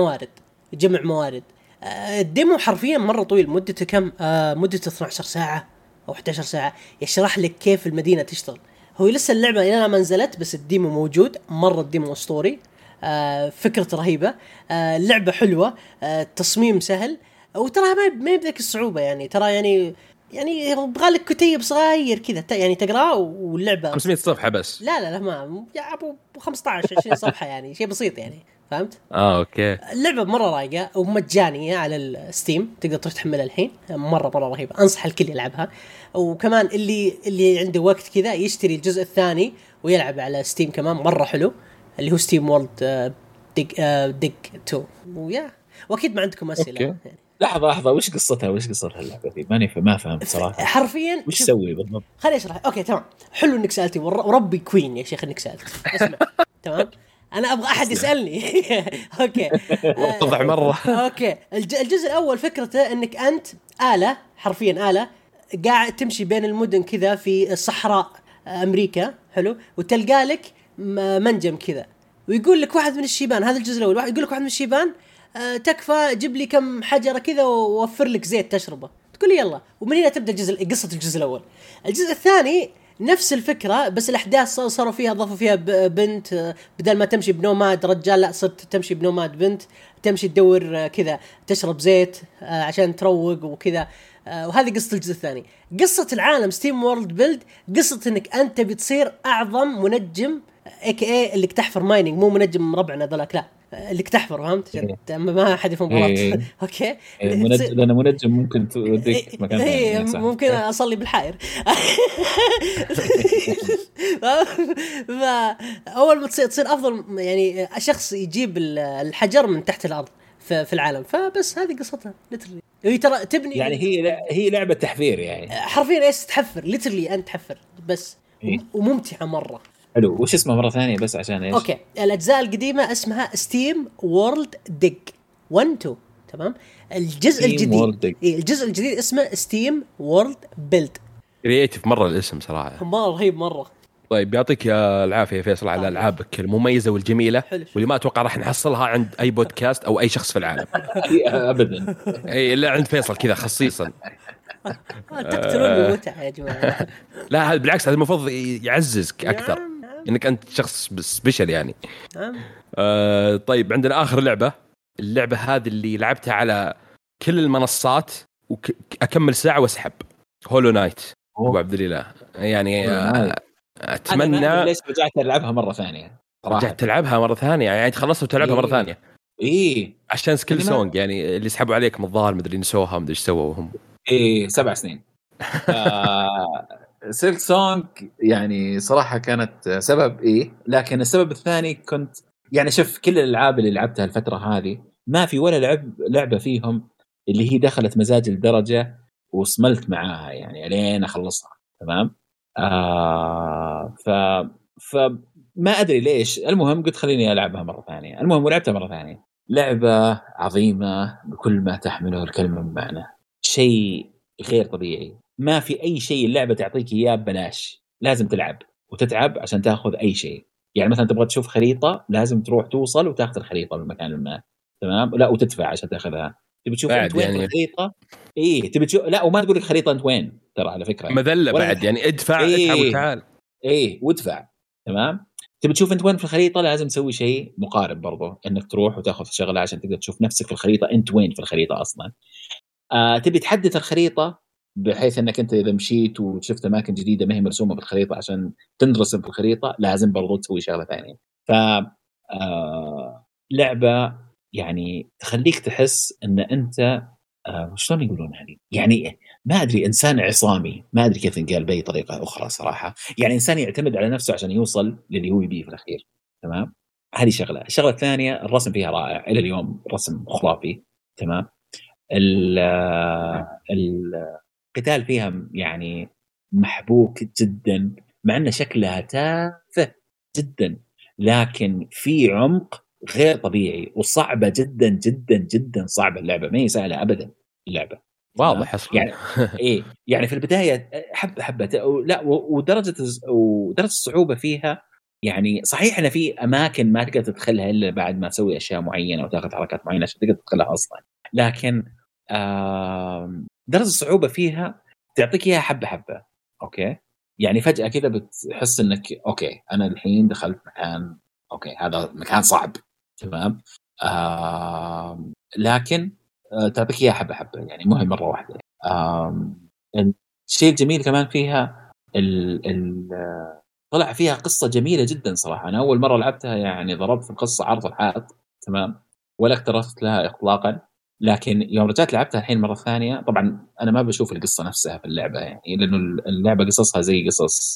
موارد. الديمو حرفيا مره طويل، مدته كم؟ مدته 12 ساعه او 11 ساعه، يشرح لك كيف المدينه تشتغل. هو لسه اللعبه الى ما نزلت، بس الديمو موجود. مره الديمو اسطوري، فكرة رهيبة، اللعبة حلوة، تصميم سهل، وترى ما يبدأك الصعوبة يعني. ترى يعني يبغالك كتيب صغير كذا يعني تقرأ، واللعبة 500 صفحة بس. لا ما يا أبو 15-20 صفحة يعني شيء بسيط يعني، فهمت؟ اوكي. اللعبة مرة رايقة ومجانية على الستيم، تقدر تروح تحملها الحين. مرة رهيبة، أنصح الكل يلعبها. وكمان اللي عنده وقت كذا يشتري الجزء الثاني ويلعب على ستيم كمان، مرة حلو، اللي هو ستيم وورلد ديج 2. ويا واكيد ما عندكم اسئله يعني. لحظه وش قصتها اللعبه دي؟ ما فهمت صراحه حرفيا وش تسوي بالضبط. خليني اشرح. اوكي تمام، حلو انك سالتي، وربي كوين يا شيخ انك سالت. اسمع تمام، انا ابغى احد يسالني. اوكي واضح مره. اوكي الجزء الاول فكرته انك انت آلة، حرفيا آلة قاعد تمشي بين المدن كذا في الصحراء امريكا. حلو. وتلقى لك منجم كذا، ويقول لك واحد من الشيبان، هذا الجزء الاول، يقول لك واحد من الشيبان تكفى جيب لي كم حجره كذا ووفر لك زيت تشربه. تقول لي يلا، ومن هنا تبدا قصه الجزء الاول. الجزء الثاني نفس الفكره، بس الاحداث صاروا فيها، ضافوا فيها بنت، بدل ما تمشي بنوماد رجال لا صرت تمشي بنوماد بنت، تمشي تدور كذا تشرب زيت عشان تروق وكذا. وهذه قصة الجزء الثاني. قصة العالم ستيم وورلد بيلد قصة انك انت بتصير اعظم منجم، AKA اللي تحفر مايننج، مو منجم ربعنا ذلك، لا اللي تحفر، فهمت؟ ما حد يفهم غلط. اوكي لأن منجم ممكن توديك مكان ثاني، ممكن اصلي بالحائر. اول ما تصير افضل يعني شخص يجيب الحجر من تحت الارض في العالم. فبس هذه قصتها ليترلي. هي ترى تبني يعني هي لعبة تحفير يعني، حرفيا ايش تحفر ليترلي، انت تحفر بس. وممتعة مرة. حلو. وش اسمها مرة ثانية بس عشان ايش؟ اوكي الأجزاء القديمة اسمها ستيم وورلد ديج 1 2. تمام. الجزء الجديد اسمه ستيم وورلد بيلد. كرييتيف مرة الاسم صراحة، مرة رهيب مرة. طيب يعطيك يا العافية فيصل على ألعابك المميزة والجميلة، حلو. واللي ما أتوقع راح نحصلها عند أي بودكاست أو أي شخص في العالم. أبدا. أي إلا عند فيصل كذا خصيصا. تقتلوني متعة يا جماعة. لا بالعكس، هذا المفروض يعززك أكثر إنك أنت شخص سبيشال يعني. طيب عندنا آخر اللعبة هذه اللي لعبتها على كل المنصات وأكمل ساعة واسحب، هولو نايت. أبو عبد الله يعني أتمنى. ليش رجعت ألعبها مرة ثانية؟ رجعت تلعبها مرة ثانية يعني تخلصت وتلعبها مرة ثانية. عشان سكيل سونج يعني اللي يسحبوا عليك من الظاهر مدري نسوها مدري ايش سووا هم. 7 سنين. سيلك سونج يعني صراحة كانت سبب لكن السبب الثاني كنت يعني شوف كل الألعاب اللي لعبتها الفترة هذه ما في ولا لعبة فيهم اللي هي دخلت مزاج الدرجة وصملت معاها يعني لين أخلصها. تمام. فما أدري ليش. المهم قلت خليني ألعبها مرة ثانية. المهم ولعبتها مرة ثانية. لعبة عظيمة بكل ما تحمله الكلمة من معنى، شيء غير طبيعي. ما في أي شيء اللعبة تعطيك إياه ببلاش، لازم تلعب وتتعب عشان تأخذ أي شيء. يعني مثلا تبغى تشوف خريطة لازم تروح توصل وتأخذ الخريطة من مكان ما، تمام؟ لا وتدفع عشان تأخذها. تبي تشوف انت وين يعني الخريطه. ايه تبي تشوف، لا وما تقول لك خريطه انت وين ترى على فكره مذله بعد يعني ادفع وتعال. ايه وادفع. تمام. تبي تشوف انت وين في الخريطه لازم تسوي شيء مقارب برضه، انك تروح وتاخذ شغله عشان تقدر تشوف نفسك في الخريطه انت وين في الخريطه اصلا. تبي تحدث الخريطه بحيث انك انت اذا مشيت وشفت اماكن جديده ما هي مرسومه بالخريطه عشان تنرسم في الخريطه لازم برضو تسوي شغله ثانيه. ف لعبه يعني تخليك تحس ان انت شلون يقولون يعني ما ادري انسان عصامي، ما ادري كيف نقال باي طريقه اخرى صراحه، يعني انسان يعتمد على نفسه عشان يوصل للي هو يبيه في الاخير. تمام. هذه شغله. الشغله الثانيه الرسم فيها رائع الى اليوم، رسم خرافي. تمام. القتال فيها يعني محبوك جدا مع ان شكلها تافه جدا، لكن في عمق غير طبيعي وصعبه جدا جدا جدا صعبه. اللعبه ما هي سهله ابدا اللعبه، واضح اصلا يعني ايه يعني في البدايه حبه لا ودرجه الصعوبه فيها يعني صحيح ان في اماكن ما تقدر تدخلها الا بعد ما تسوي اشياء معينه وتاخذ حركات معينه عشان تقدر تدخلها اصلا، لكن درجة الصعوبة فيها تعطيك إياها حبة. أوكي يعني فجأة كذا بتحس إنك أوكي أنا الحين دخلت مكان، أوكي هذا مكان صعب. تمام. لكن تعطيك إياها حبة يعني مو هي مرة واحدة. الشيء الجميل كمان فيها طلع فيها قصة جميلة جدا صراحة. أنا أول مرة لعبتها يعني ضربت في القصة عرض الحائط. تمام. ولا اكترثت لها إطلاقا، لكن يوم رجعت لعبتها الحين مرة ثانية طبعا أنا ما بشوف القصة نفسها في اللعبة يعني لأنه اللعبة قصصها زي قصص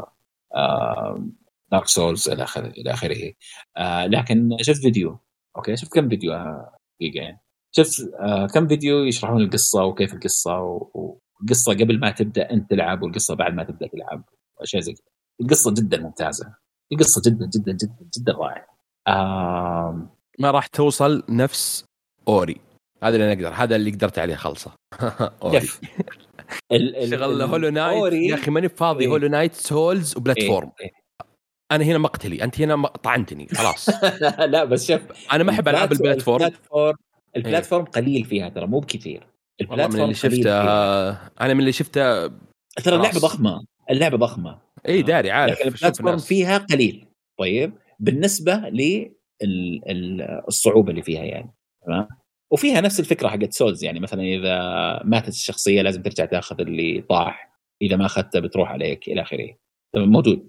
دارك سولز إلى آخره. لكن شفت فيديو، أوكي شفت كم فيديو يعني شفت كم فيديو يشرحون القصة وكيف القصة والقصة قبل ما تبدأ أنت تلعب والقصة بعد ما تبدأ تلعب وأشياء زي كذا. القصة جدا ممتازة، القصة جدا جدا جدا جدا رائعة. ما راح توصل نفس أوري، هذا اللي نقدر، هذا اللي قدرت عليه خلصه. أوري شغل هولو نايت يا أخي ماني فاضي. هولو نايت سولز وبلاتفورم. أنا هنا مقتلي، أنت هنا طعنتني خلاص. لا بس شوف أنا ما أحب ألعاب البلاتفورم. البلاتفورم قليل فيها ترى مو بكثير. البلاتفورم من اللي شفته أنا من اللي شفته ترى اللعبة ضخمة اي داري عارف. البلاتفورم فيها قليل. طيب بالنسبة للصعوبة اللي فيها يعني. تمام. وفيها نفس الفكرة حقت سولز يعني مثلا إذا ماتت الشخصية لازم ترجع تأخذ اللي طاح، إذا ما أخذته بتروح عليك إلى آخره. موجود.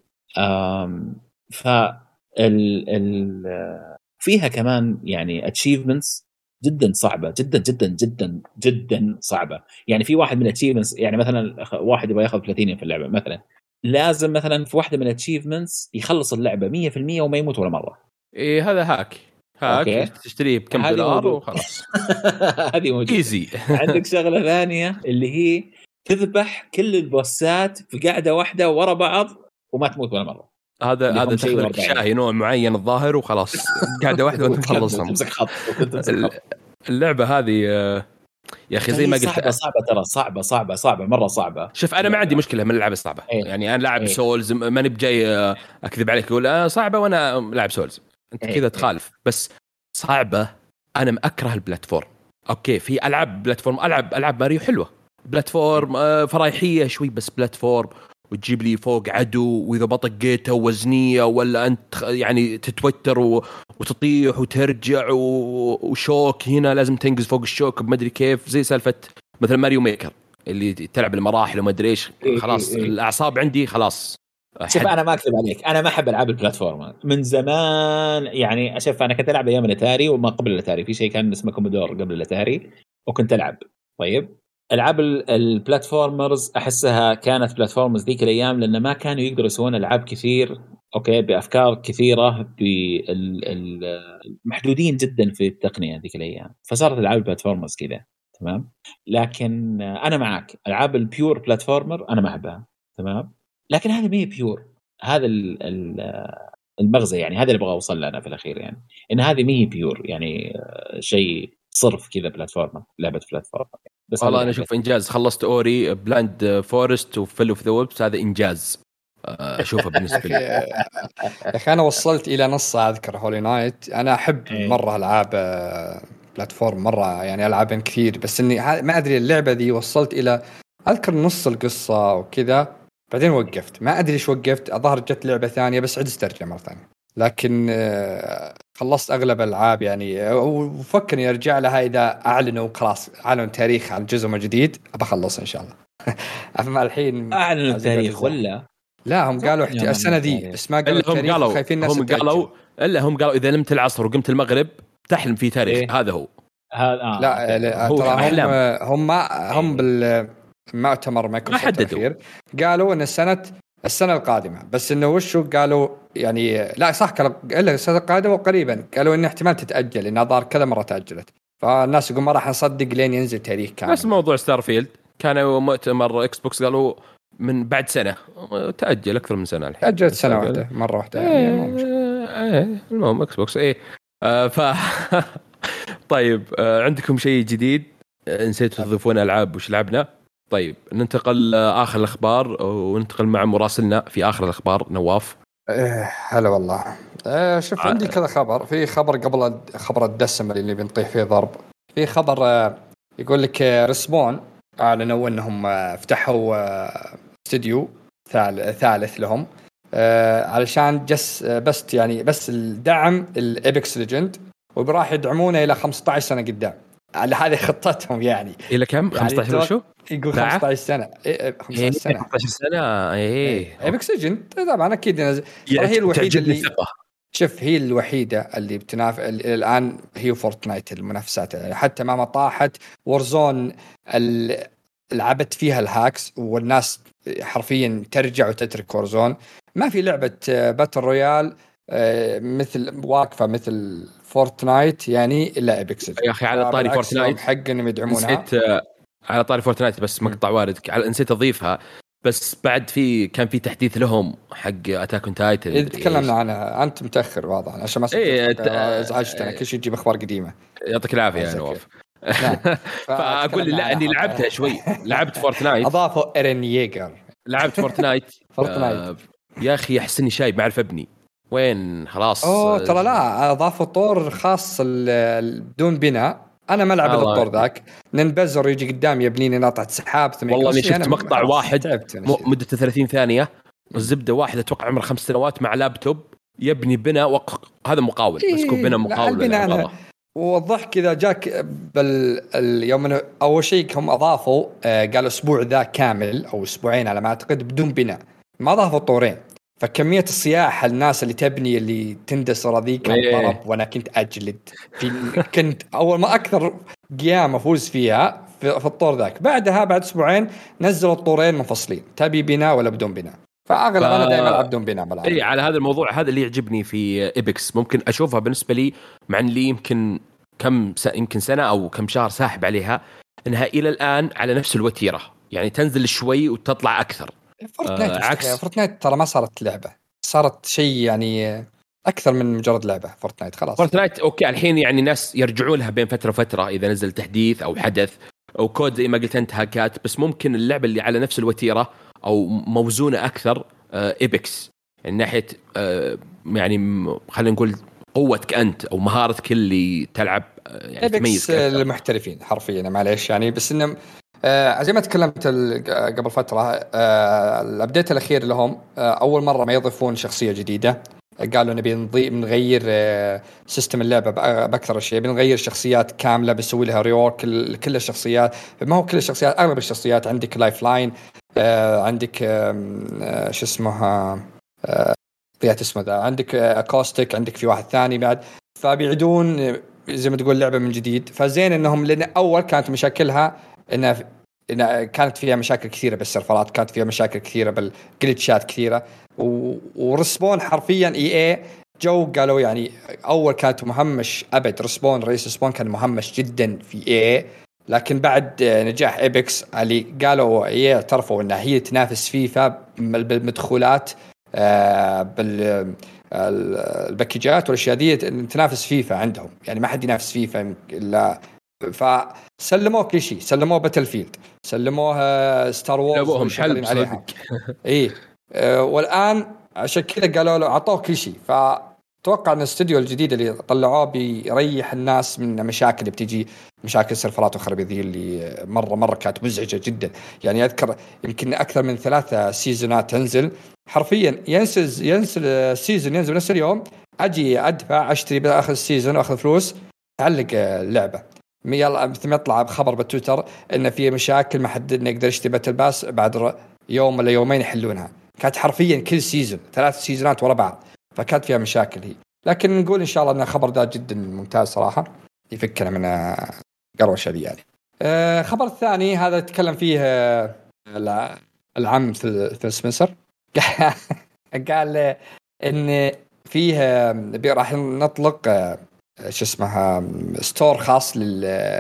فيها كمان يعني achievements جدا صعبة جدا جدا جدا جدا صعبة. يعني في واحد من achievements يعني مثلا واحد يبغى ياخذ بلاتينيوم في اللعبة مثلا لازم مثلا في واحدة من achievements يخلص اللعبة 100% وما يموت ولا مرة. إيه هذا هاك تشتريه بكم دولار وخلاص. هذه موجودة. ايزي. عندك شغلة ثانية اللي هي تذبح كل البوسات في قاعدة واحدة ورا بعض وما تموت ولا مرة. هذا تاخذ شاهي نوع معين الظاهر وخلاص قاعدة واحدة وانت مخلصهم. تمسك خط. اللعبة هذه يا اخي زي ما قلت صعبة مرة صعبة. شوف انا ما عندي مشكلة من اللعبة الصعبة. يعني انا لاعب سولز ماني بجاي اكذب عليك اقول صعبة وانا لاعب سولز، انت كذا تخالف. بس صعبة انا مأكره البلاتفورم. اوكي في العاب بلاتفورم، العاب ماريو حلوة بلاتفورم فرايحية شوي، بس بلاتفورم وتجيب لي فوق عدو واذا بطقيته وزنيه ولا انت يعني تتوتر وتطيح وترجع وشوك هنا لازم تنقز فوق الشوك بما ادري كيف، زي سالفه مثلا ماريو ميكر اللي تلعب المراحل وما ادري ايش. خلاص الاعصاب عندي خلاص. شوف انا ما اكذب عليك انا ما احب العاب البلاتفورم من زمان. يعني اشوف انا كنت العب ايام الاتاري وما قبل الاتاري في شيء كان اسمه كومودور قبل الاتاري وكنت العب. طيب العاب البلاتفورمرز احسها كانت بلاتفورمرز ذيك الايام لان ما كانوا يقدروا يسوون العاب كثير اوكي بافكار كثيره محدودين جدا في التقنيه ذيك الايام، فصارت العاب البلاتفورمرز كذا. تمام. لكن انا معك العاب البيور بلاتفورمر انا ما احبها. تمام. لكن هذه ما هي بيور، هذا المغزى يعني هذا اللي ابغى اوصل له انا في الاخير يعني ان هذه ما هي بيور يعني شيء صرف كذا بلاتفورمر، لعبه بلاتفورمر. بس والله انا اشوف انجاز. خلصت اوري بلاند فورست وفيل اوف ذا ويبس، هذا انجاز اشوفه بالنسبه لي. يا اخي انا وصلت الى نص اذكر هولي نايت. انا احب مره العاب بلاتفورم مره يعني العاب كثير، بس اني ما ادري اللعبه دي وصلت الى اذكر نص القصه وكذا بعدين وقفت، ما ادري ايش وقفت، الظاهر جت لعبه ثانيه بس عد استرجع مره ثانيه. لكن خلصت اغلب الالعاب يعني، وفكر اني ارجع لها اذا اعلنوا خلاص اعلنوا تاريخ عن جزء جديد ابى اخلص ان شاء الله. اما الحين اعلنوا التاريخ ولا لا هم قالوا السنه دي بس ما قالوا التاريخ، قالوا خايفين الناس هم قالوا الا هم قالوا اذا نمت العصر وقمت المغرب تحلم في تاريخ. إيه؟ هذا هو. لا هو ترى هم بالمؤتمر مايكروسوفت الأخير قالوا ان السنه القادمه، بس انه وشو قالوا يعني لا صح الا السنه القادمه وقريبا قالوا ان احتمال تتاجل، ان ظهر كذا مره تاجلت، فالناس يقول ما راح نصدق لين ينزل تاريخ كامل. نفس موضوع ستارفيلد كانوا مؤتمر اكس بوكس قالوا من بعد سنه، تاجل اكثر من سنه الحين، تاجلت سنه واحده مره واحده يعني المهم اكس بوكس ف طيب عندكم شيء جديد نسيتوا تضيفون العاب وش لعبنا؟ طيب ننتقل اخر الاخبار وننتقل مع مراسلنا في اخر الاخبار نواف. هلا والله. شوف عندي كذا خبر، في خبر قبل خبر الدسم اللي بنطيح فيه ضرب، في خبر يقول لك ريسبون اعلنوا انهم فتحوا استوديو ثالث لهم علشان بس يعني بس الدعم الابيكس ليجند، وراح يدعمونه الى 15 سنه قدام. على هذه خطتهم يعني الى كم؟ 15 يعني شو يقول 15 سنه 15 سنه 15 سنه ابيكس ليجند طبعا اكيد هي الوحيده اللي شوف هي الوحيده اللي بتنافس الان، هي فورتنايت المنافسات حتى ما طاحت وورزون لعبت فيها الهاكس والناس حرفيا ترجع وتترك وورزون. ما في لعبه باتل رويال مثل واقفه مثل فورتنايت يعني الا ابيكس يا اخي. على طاري فورتنايت حق انهم يدعمونها، نسيت على طاري فورتنايت بس مقطع واردك نسيت اضيفها، بس بعد كان في تحديث لهم حق اتاك اون تايتن تكلمنا عنها، انت متاخر واضح عشان ما ازعجت انا كل شيء يجيب اخبار قديمه. يعطيك العافيه يا نواف. فاقول لا اني لعبتها شوي، لعبت فورتنايت اضافوا ايرين ييجر، لعبت فورتنايت يا اخي احس اني شايب ما اعرف ابني وين خلاص. ترى لا اضافوا طور خاص بدون بناء، انا ما لعب الطور ذاك ننبزر يجي قدام يبنيني ناطحه سحاب. والله اني شفت مقطع واحد مدته 30 ثانيه والزبده واحد اتوقع عمره 5 سنوات مع لابتوب يبني بناء هذا مقاول بس كو بناء مقاول. والضحك اذا جاك اليوم اول شيء هم اضافوا قالوا اسبوع ذا كامل او اسبوعين على ما اعتقد بدون بناء، ما اضافوا طورين، فكميه الصياح الناس اللي تبني اللي تندس راضيك ضرب، وانا كنت اجلد كنت اول ما اكثر قيام افوز فيها في الطور ذاك. بعدها بعد اسبوعين نزلوا الطورين منفصلين، تبي بناء ولا بدون بناء، فاغلب انا دائما العب بدون بناء بالعاب. اي على هذا الموضوع هذا اللي يعجبني في ايبكس، ممكن اشوفها بالنسبه لي مع ان لي يمكن يمكن سنه او كم شهر ساحب عليها، انها الى الان على نفس الوتيره، يعني تنزل شوي وتطلع اكثر. عكس فورتنايت ترى ما صارت لعبه، صارت شيء يعني اكثر من مجرد لعبه. فورتنايت خلاص فورتنايت اوكي الحين يعني ناس يرجعوا لها بين فتره وفتره اذا نزل تحديث او حدث او كود زي ما قلت انت هاكات، بس ممكن اللعبه اللي على نفس الوتيره او موزونه اكثر ايبكس يعني ناحيه يعني خلينا نقول قوتك انت او مهارتك اللي تلعب يعني تميز المحترفين حرفيا معليش يعني. بس انه زي ما تكلمت قبل فتره الابديت الاخير لهم اول مره ما يضيفون شخصيه جديده، قالوا نبي نغير سيستم اللعبه باكثر شيء، بنغير شخصيات كامله بنسوي لها ريورك كل الشخصيات، ما هو كل الشخصيات اغلب الشخصيات. عندك لايف لاين، عندك شو اسمها فيها اسمه ذا، عندك اكوستيك، عندك في واحد ثاني بعد، فبيعيدون زي ما تقول لعبه من جديد. فزين انهم لان اول كانت مشاكلها إن كانت فيها مشاكل كثيره بالسيرفرات، كانت فيها مشاكل كثيره بالجلitchات كثيره، ورسبون حرفيا اي جو قالوا يعني اول كانت مهمش ابد. رسبون رئيس رسبون كان مهمش جدا في اي، لكن بعد نجاح ايبكس اللي قالوا اي اعترفوا انها هي تنافس فيفا بالمدخولات بالباكيجات والاشياء دي، تنافس فيفا عندهم يعني ما حد ينافس فيفا الا. فسلموه كل شيء، سلموه باتل فيلد، سلموه ستار وورز شغالين عليها والان عشان كذا قالوا له اعطوه كل شيء. اتوقع ان الاستوديو الجديد اللي طلعوه بيريح الناس من مشاكل اللي بتيجي، مشاكل سيرفرات وخرابيط ذي اللي مره كانت مزعجه جدا. يعني اذكر يمكن اكثر من 3 سيزونات تنزل حرفيا ينزل سيزون ينزل نفس اليوم، اجي ادفع اشتري باخر السيزون واخذ فلوس تعلق اللعبه. يلا ثم يطلع بخبر بالتويتر ان في مشاكل ما حد يقدر يشتري باتل باس، بعد يوم ولا يومين يحلونها. كانت حرفيا كل سيزون 3 سيزونات ورا بعض، فكانت فيها مشاكل هي. لكن نقول ان شاء الله ان الخبر ده جدا ممتاز صراحه، يفكنا من قروشه دي يعني. خبر الثاني هذا تكلم فيه العم في سبنسر قال ان فيه راح نطلق شو اسمها ستور خاص لل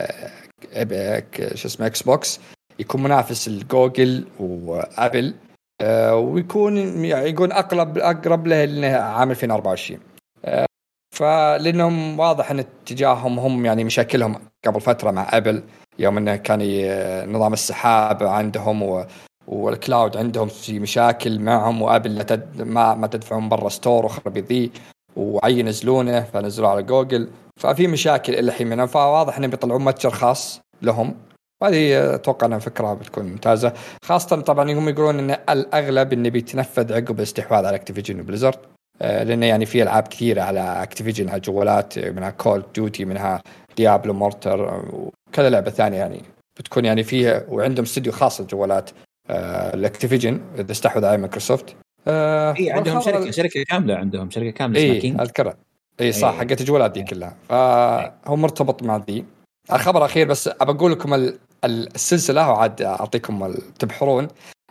شو اسمه اكس بوكس، يكون منافس لجوجل وابل، ويكون يعني يكون اقرب له عام 2024. فلانهم واضح ان اتجاههم هم يعني مشاكلهم قبل فتره مع ابل، يوم انه كان نظام السحاب عندهم والكلاود عندهم في مشاكل معهم، وابل ما تدفعون برا ستور وخربي ذي، وينزلونه فنزلوا على جوجل، ففي مشاكل الى الحين منهم. فواضح انهم بيطلعون متجر خاص لهم، وهذه اتوقع انها فكره بتكون ممتازه، خاصه طبعا هم يقولون ان الاغلب انه بيتنفذ عقب الاستحواذ على اكتيفيجن وبليزرد، لانه يعني في العاب كثيره على اكتيفيجن على الجوالات، منها كول ديوتي، منها ديابلو مورتر، وكذا لعبه ثانيه يعني بتكون يعني فيها، وعندهم استوديو خاص للجوالات الاكتيفيجن اذا استحوذ على مايكروسوفت. عندهم شركه كامله، عندهم شركه كامله اسمها كينج. اذكرها صح، حقت الجوالات دي كلها، فهو مرتبط مع ذي. الخبر الاخير بس ابى اقول لكم السلسله، وعاد اعطيكم تبحرون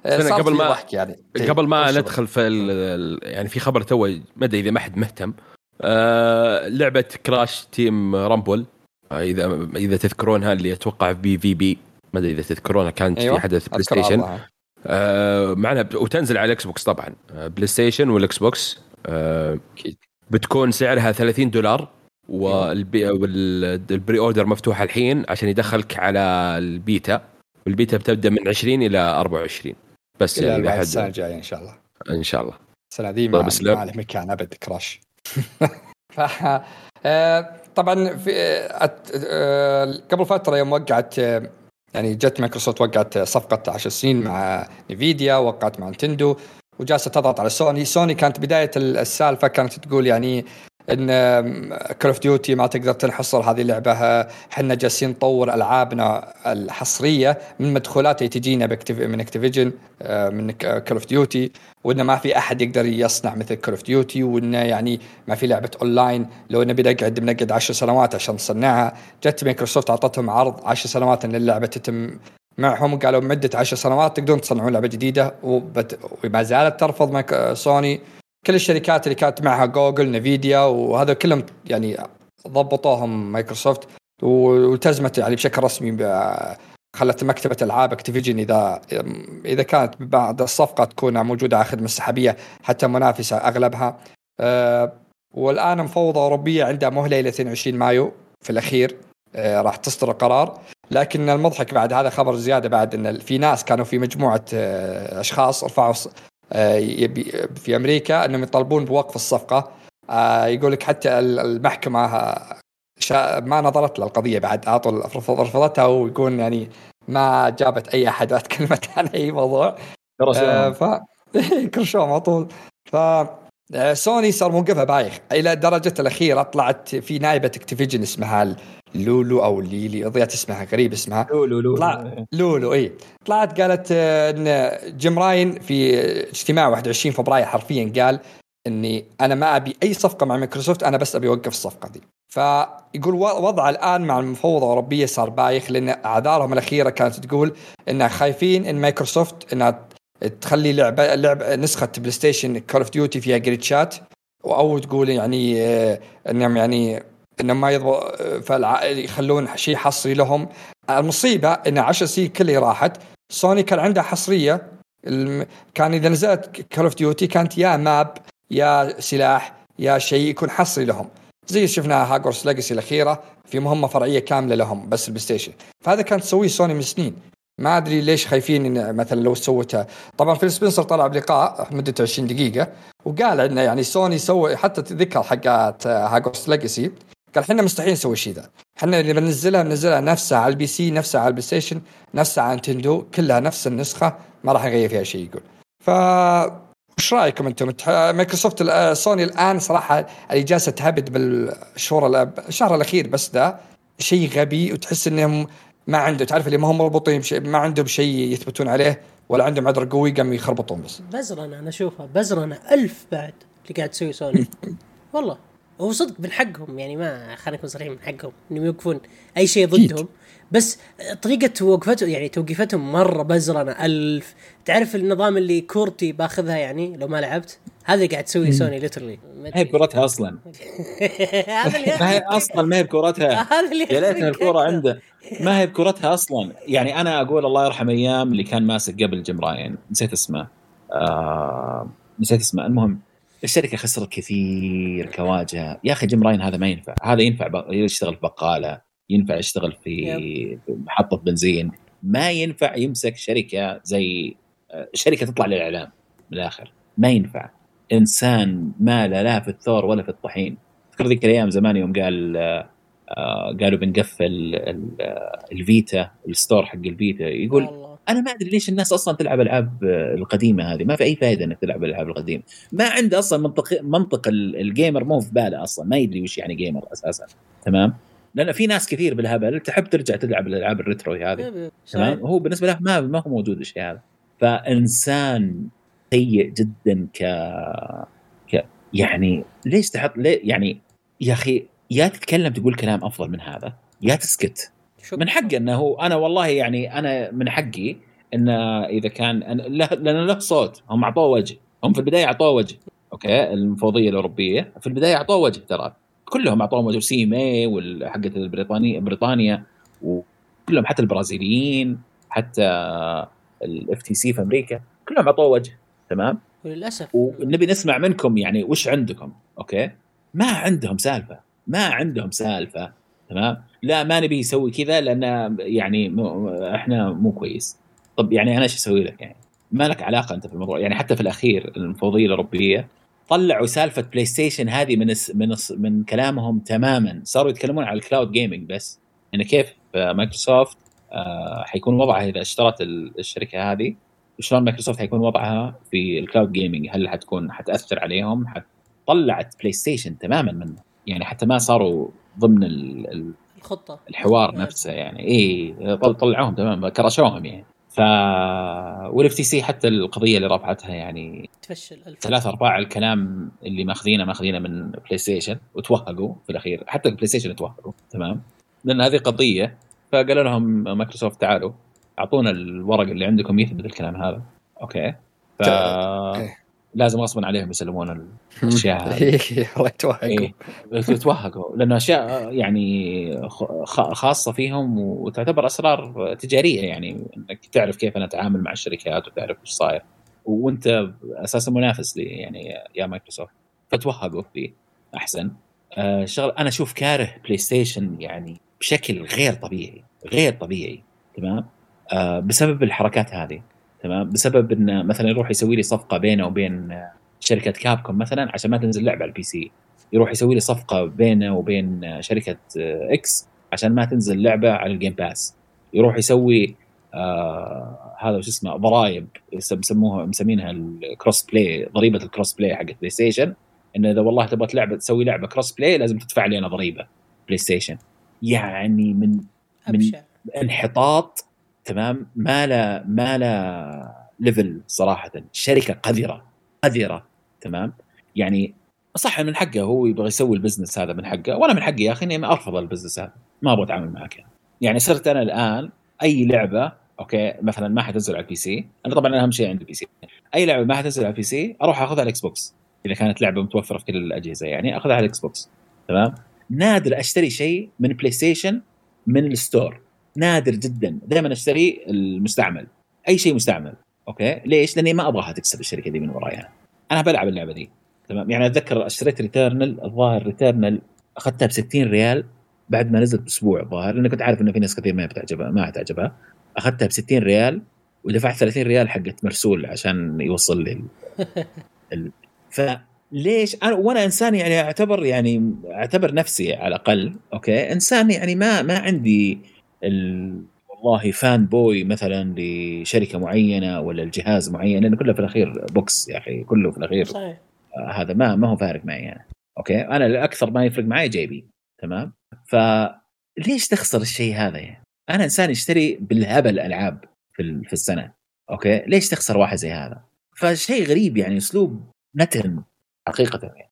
قبل ما ندخل في يعني في خبر تو ما ادري اذا ما حد مهتم. لعبه كراش تيم رامبل، اذا تذكرونها، اللي اتوقع بي ما ادري اذا تذكرونها، كانت في حدث بلاي ستيشن معنا، وتنزل على الاكس بوكس طبعا، بلاي ستيشن والاكس بوكس. بتكون سعرها $30، والبري اوردر مفتوح الحين عشان يدخلك على البيتا، والبيتا بتبدا من 20 الى 24 بس، يعني بعد السنه الجايه ان شاء الله. ان شاء الله السنه ذي ما له مكان ابد كراش. طبعا في قبل فتره يوم وقعت، يعني جت مايكروسوفت وقعت صفقه 10 سنين مع نيفيديا، وقعت مع نينتندو، وجالسه تضغط على سوني. كانت بدايه السالفه كانت تقول يعني ان كول اوف ديوتي ما تقدر تنحصر هذه اللعبه، احنا جالسين نطور العابنا الحصريه من مدخولات تجينا من اكتيفيجن من كول اوف ديوتي، وانه ما في احد يقدر يصنع مثل كول اوف ديوتي، وانه يعني ما في لعبه اونلاين، لو انه بنقعد 10 سنوات عشان نصنعها. جت مايكروسوفت اعطتهم عرض 10 سنوات ان اللعبه تتم معهم، قالوا مده 10 سنوات تقدرون تصنعون لعبه جديده، وما زالت ترفض سوني. كل الشركات اللي كانت معها جوجل، نيفيديا، وهذا كلهم يعني ضبطوهم مايكروسوفت، والتزمت يعني بشكل رسمي، خلت مكتبة العاب اكتيفيجن اذا كانت بعد الصفقة تكون موجودة على خدمة السحابية حتى منافسة اغلبها. والان مفوضة اوروبية عندها مهلة الى 22 مايو في الاخير راح تصدر القرار. لكن المضحك بعد هذا خبر زيادة، بعد ان في ناس كانوا في مجموعة اشخاص رفعوا في أمريكا أنهم يطالبون بوقف الصفقة. يقول لك حتى المحكمة ما نظرت للقضية، بعد رفضتها، ويقول يعني ما جابت أي أحد واتكلمت عن أي موضوع، كرشوهم على طول. سوني صار موقفها بايخ إلى درجة الأخيرة. طلعت في نائبة اكتيفيجن اسمها لولو أو ليلي، ضيعت اسمها غريب، اسمها لولو. طلعت قالت إن جيم راين في اجتماع 21 فبراير حرفيا قال إني أنا ما أبي أي صفقة مع مايكروسوفت، أنا بس أبي أوقف الصفقة دي. فيقول وضع الآن مع المفوضة الأوروبية صار بايخ، لأن أعذارهم الأخيرة كانت تقول إنها خايفين إن مايكروسوفت إنها تخلي لعبة نسخة بلاي ستيشن كول اوف ديوتي فيها جليتشات، أو تقول يعني إنهم يعني إنهم ما يخلون شيء حصري لهم. المصيبة إن 10 سنين كلها راحت، سوني كان عندها حصرية، كان إذا نزلت كول اوف ديوتي كانت يا ماب يا سلاح يا شيء يكون حصري لهم، زي شفنا هاغورس ليجاسي الأخيرة في مهمة فرعية كاملة لهم بس البلاي ستيشن. فهذا كانت تسويه سوني من سنين، ما ادري ليش خايفين إن مثلا لو سوتها. طبعا فيل سبنسر طلع بلقاء مدته 20 دقيقه وقال انه يعني سوني سوى حتى تذكر حقات هاجوس ليجاسي، قال احنا مستحيل نسوي شيء ذا، احنا اللي بننزلها نفسها على البي سي، نفسها على البلاي ستيشن، نفسها على نينتندو، كلها نفس النسخه، ما راح نغير فيها شيء. يقول وش رايكم انتم؟ مايكروسوفت سوني الان صراحه اللي جالسه تهبد الشهر الاخير بس ده شيء غبي، وتحس انهم ما عنده، تعرف اللي ما هم مربوطين بشيء، ما عندهم شيء يثبتون عليه ولا عندهم عذر قوي، قام يخربطون بس. بزرنا انا اشوفها بزرنا 1000 بعد اللي قاعد تسوي سوني. والله هو صدق من حقهم، يعني ما خلينا نكون صريحين، من حقهم انهم يوقفون اي شيء ضدهم، بس طريقه وقفته يعني توقيفتهم مره بزرنا 1000. تعرف النظام اللي كورتي باخذها يعني لو ما لعبت، هذا اللي قاعد تسوي سوني ليترلي. هي بكرتها اصلا هذا اللي ما هي اصلا ما هي بكرتها. هذا اللي يا ليتها الكره عنده، ما هي بكرتها اصلا. يعني انا اقول الله يرحم ايام اللي كان ماسك قبل جيم راين، نسيت اسمه المهم الشركه خسرت كثير كواجهه يا اخي. جيم راين هذا ما ينفع، هذا ينفع يشتغل في بقاله، ينفع يشتغل في محطه بنزين، ما ينفع يمسك شركه زي شركه تطلع للاعلام من الاخر. ما ينفع انسان ما لا في الثور ولا في الطحين. فكر ذيك الايام زمان يوم قالوا بنقفل الفيتا، الستور حق الفيتا، يقول انا ما ادري ليش الناس اصلا تلعب العاب القديمه هذه، ما في اي فائده انك تلعب الالعاب القديمه. ما عنده اصلا منطق الجيمر مو في باله اصلا، ما يدري وش يعني جيمر اساسا. تمام، لان في ناس كثير بالهبل تحب ترجع تلعب الالعاب الريترو هذه. تمام، هو بالنسبه له ما هو موجود الشيء هذا. فانسان سيء جدا يعني ليش تحط يعني يا اخي، يا تتكلم تقول كلام افضل من هذا يا تسكت. من حقه انه انا والله يعني انا من حقي ان اذا كان لان له صوت، هم اعطوه وجه، هم في البدايه اعطوه وجه. اوكي، المفوضيه الاوروبيه في البدايه اعطوه وجه، ترى كلهم اعطوهم وجه، سي ام اي والحقه بريطانيا وكلهم، حتى البرازيليين، حتى الاف تي سي في امريكا، كلهم اعطوه وجه. تمام، وللاسف ونبي نسمع منكم يعني وش عندكم. اوكي، ما عندهم سالفه. تمام، لا ما نبي يسوي كذا لان يعني احنا مو كويس. طب يعني انا ايش اسوي لك؟ يعني ما لك علاقه انت في الموضوع. يعني حتى في الاخير المفوضيه الاوروبيه طلعوا سالفه بلاي ستيشن هذه من كلامهم تماما. صاروا يتكلمون على الكلاود جيمنج بس، يعني كيف مايكروسوفت حيكون وضعها اذا اشترت الشركه هذه، وشلون مايكروسوفت حيكون وضعها في الكلاود جيمنج. هل حتأثر عليهم؟ طلعت بلاي ستيشن تماما منه، يعني حتى ما صاروا ضمن الخطة الحوار نفسه. يعني ايه، طلعوهم تماما، كرشوهم يعني. والاف تي سي حتى القضيه اللي رفعتها يعني تفشل 3/4 الكلام اللي ماخذينه من بلاي ستيشن، وتوهقوا في الاخير. حتى البلاي ستيشن توهقوا. تمام، لان هذه قضيه. فقالوا لهم مايكروسوفت تعالوا اعطونا الورق اللي عندكم يثبت الكلام هذا. اوكي، لازم غصبا عليهم يسلمون الاشياء هذه. توهقوا لانه اشياء يعني خاصه فيهم، وتعتبر اسرار تجاريه. يعني انك تعرف كيف انا اتعامل مع الشركات، وتعرف ايش صاير، وانت اساسا منافس لي يعني يا مايكروسوفت. فتوهقوا فيه احسن. شغل انا اشوف كاره بلاي ستيشن يعني بشكل غير طبيعي. تمام، بسبب الحركات هذه. تمام، بسبب ان مثلا يروح يسوي لي صفقه بينه وبين شركه كابكوم مثلا عشان ما تنزل لعبه على البي سي، يروح يسوي لي صفقه بينه وبين شركه اكس عشان ما تنزل لعبه على الجيم باس، يروح يسوي هذا وش اسمه، ضرائب مسمينها الكروس بلاي، ضريبه الكروس بلاي حق بلاي ستيشن. ان اذا والله تبغى لعبه تسوي لعبه كروس بلاي لازم تدفع لي انا ضريبه بلاي ستيشن. يعني من انحطاط. تمام، ما لا ليفل صراحه. شركه قذره. تمام، يعني صح من حقه هو يبغى يسوي البزنس هذا، من حقه، وانا من حقي يا اخي اني ارفض البزنس هذا، ما ابغى اتعامل معك. يعني صرت انا الان اي لعبه اوكي مثلا ما حتنزل على البي سي، انا طبعا اهم شيء عندي البي سي، اي لعبه ما حتنزل على البي سي اروح اخذها على الاكس بوكس اذا كانت لعبه متوفره في كل الاجهزه، يعني اخذها على الاكس بوكس. تمام، نادر اشتري شيء من بلاي ستيشن من الستور، نادر جدا. دائما اشتري المستعمل، اي شيء مستعمل. اوكي، ليش؟ لاني ما ابغاها تكسب الشركه دي من ورايا. يعني انا بلعب اللعبه دي. تمام، يعني اتذكر اشتريت ريتيرنال، الظاهر ريتيرنال اخذتها ب60 ريال بعد ما نزلت باسبوع الظاهر، لاني كنت عارف انه في ناس كثير ما هتعجبها. اخذتها ب60 ريال ودفعت 30 ريال حقت مرسول عشان يوصل لي فليش وانا انسان يعني اعتبر نفسي على الاقل اوكي انسان يعني ما عندي والله فان بوي مثلا لشركه معينه ولا الجهاز معين، لانه كله في الاخير بوكس يا اخي، كله في الاخير صحيح. هذا ما هو فارق معي يعني. اوكي انا الاكثر ما يفرق معي جيبي، تمام؟ فليش تخسر الشيء هذا يعني؟ انا انسان يشتري بالهبل العاب في السنه، اوكي ليش تخسر واحد زي هذا؟ فشيء غريب يعني، اسلوب نتن حقيقه يعني.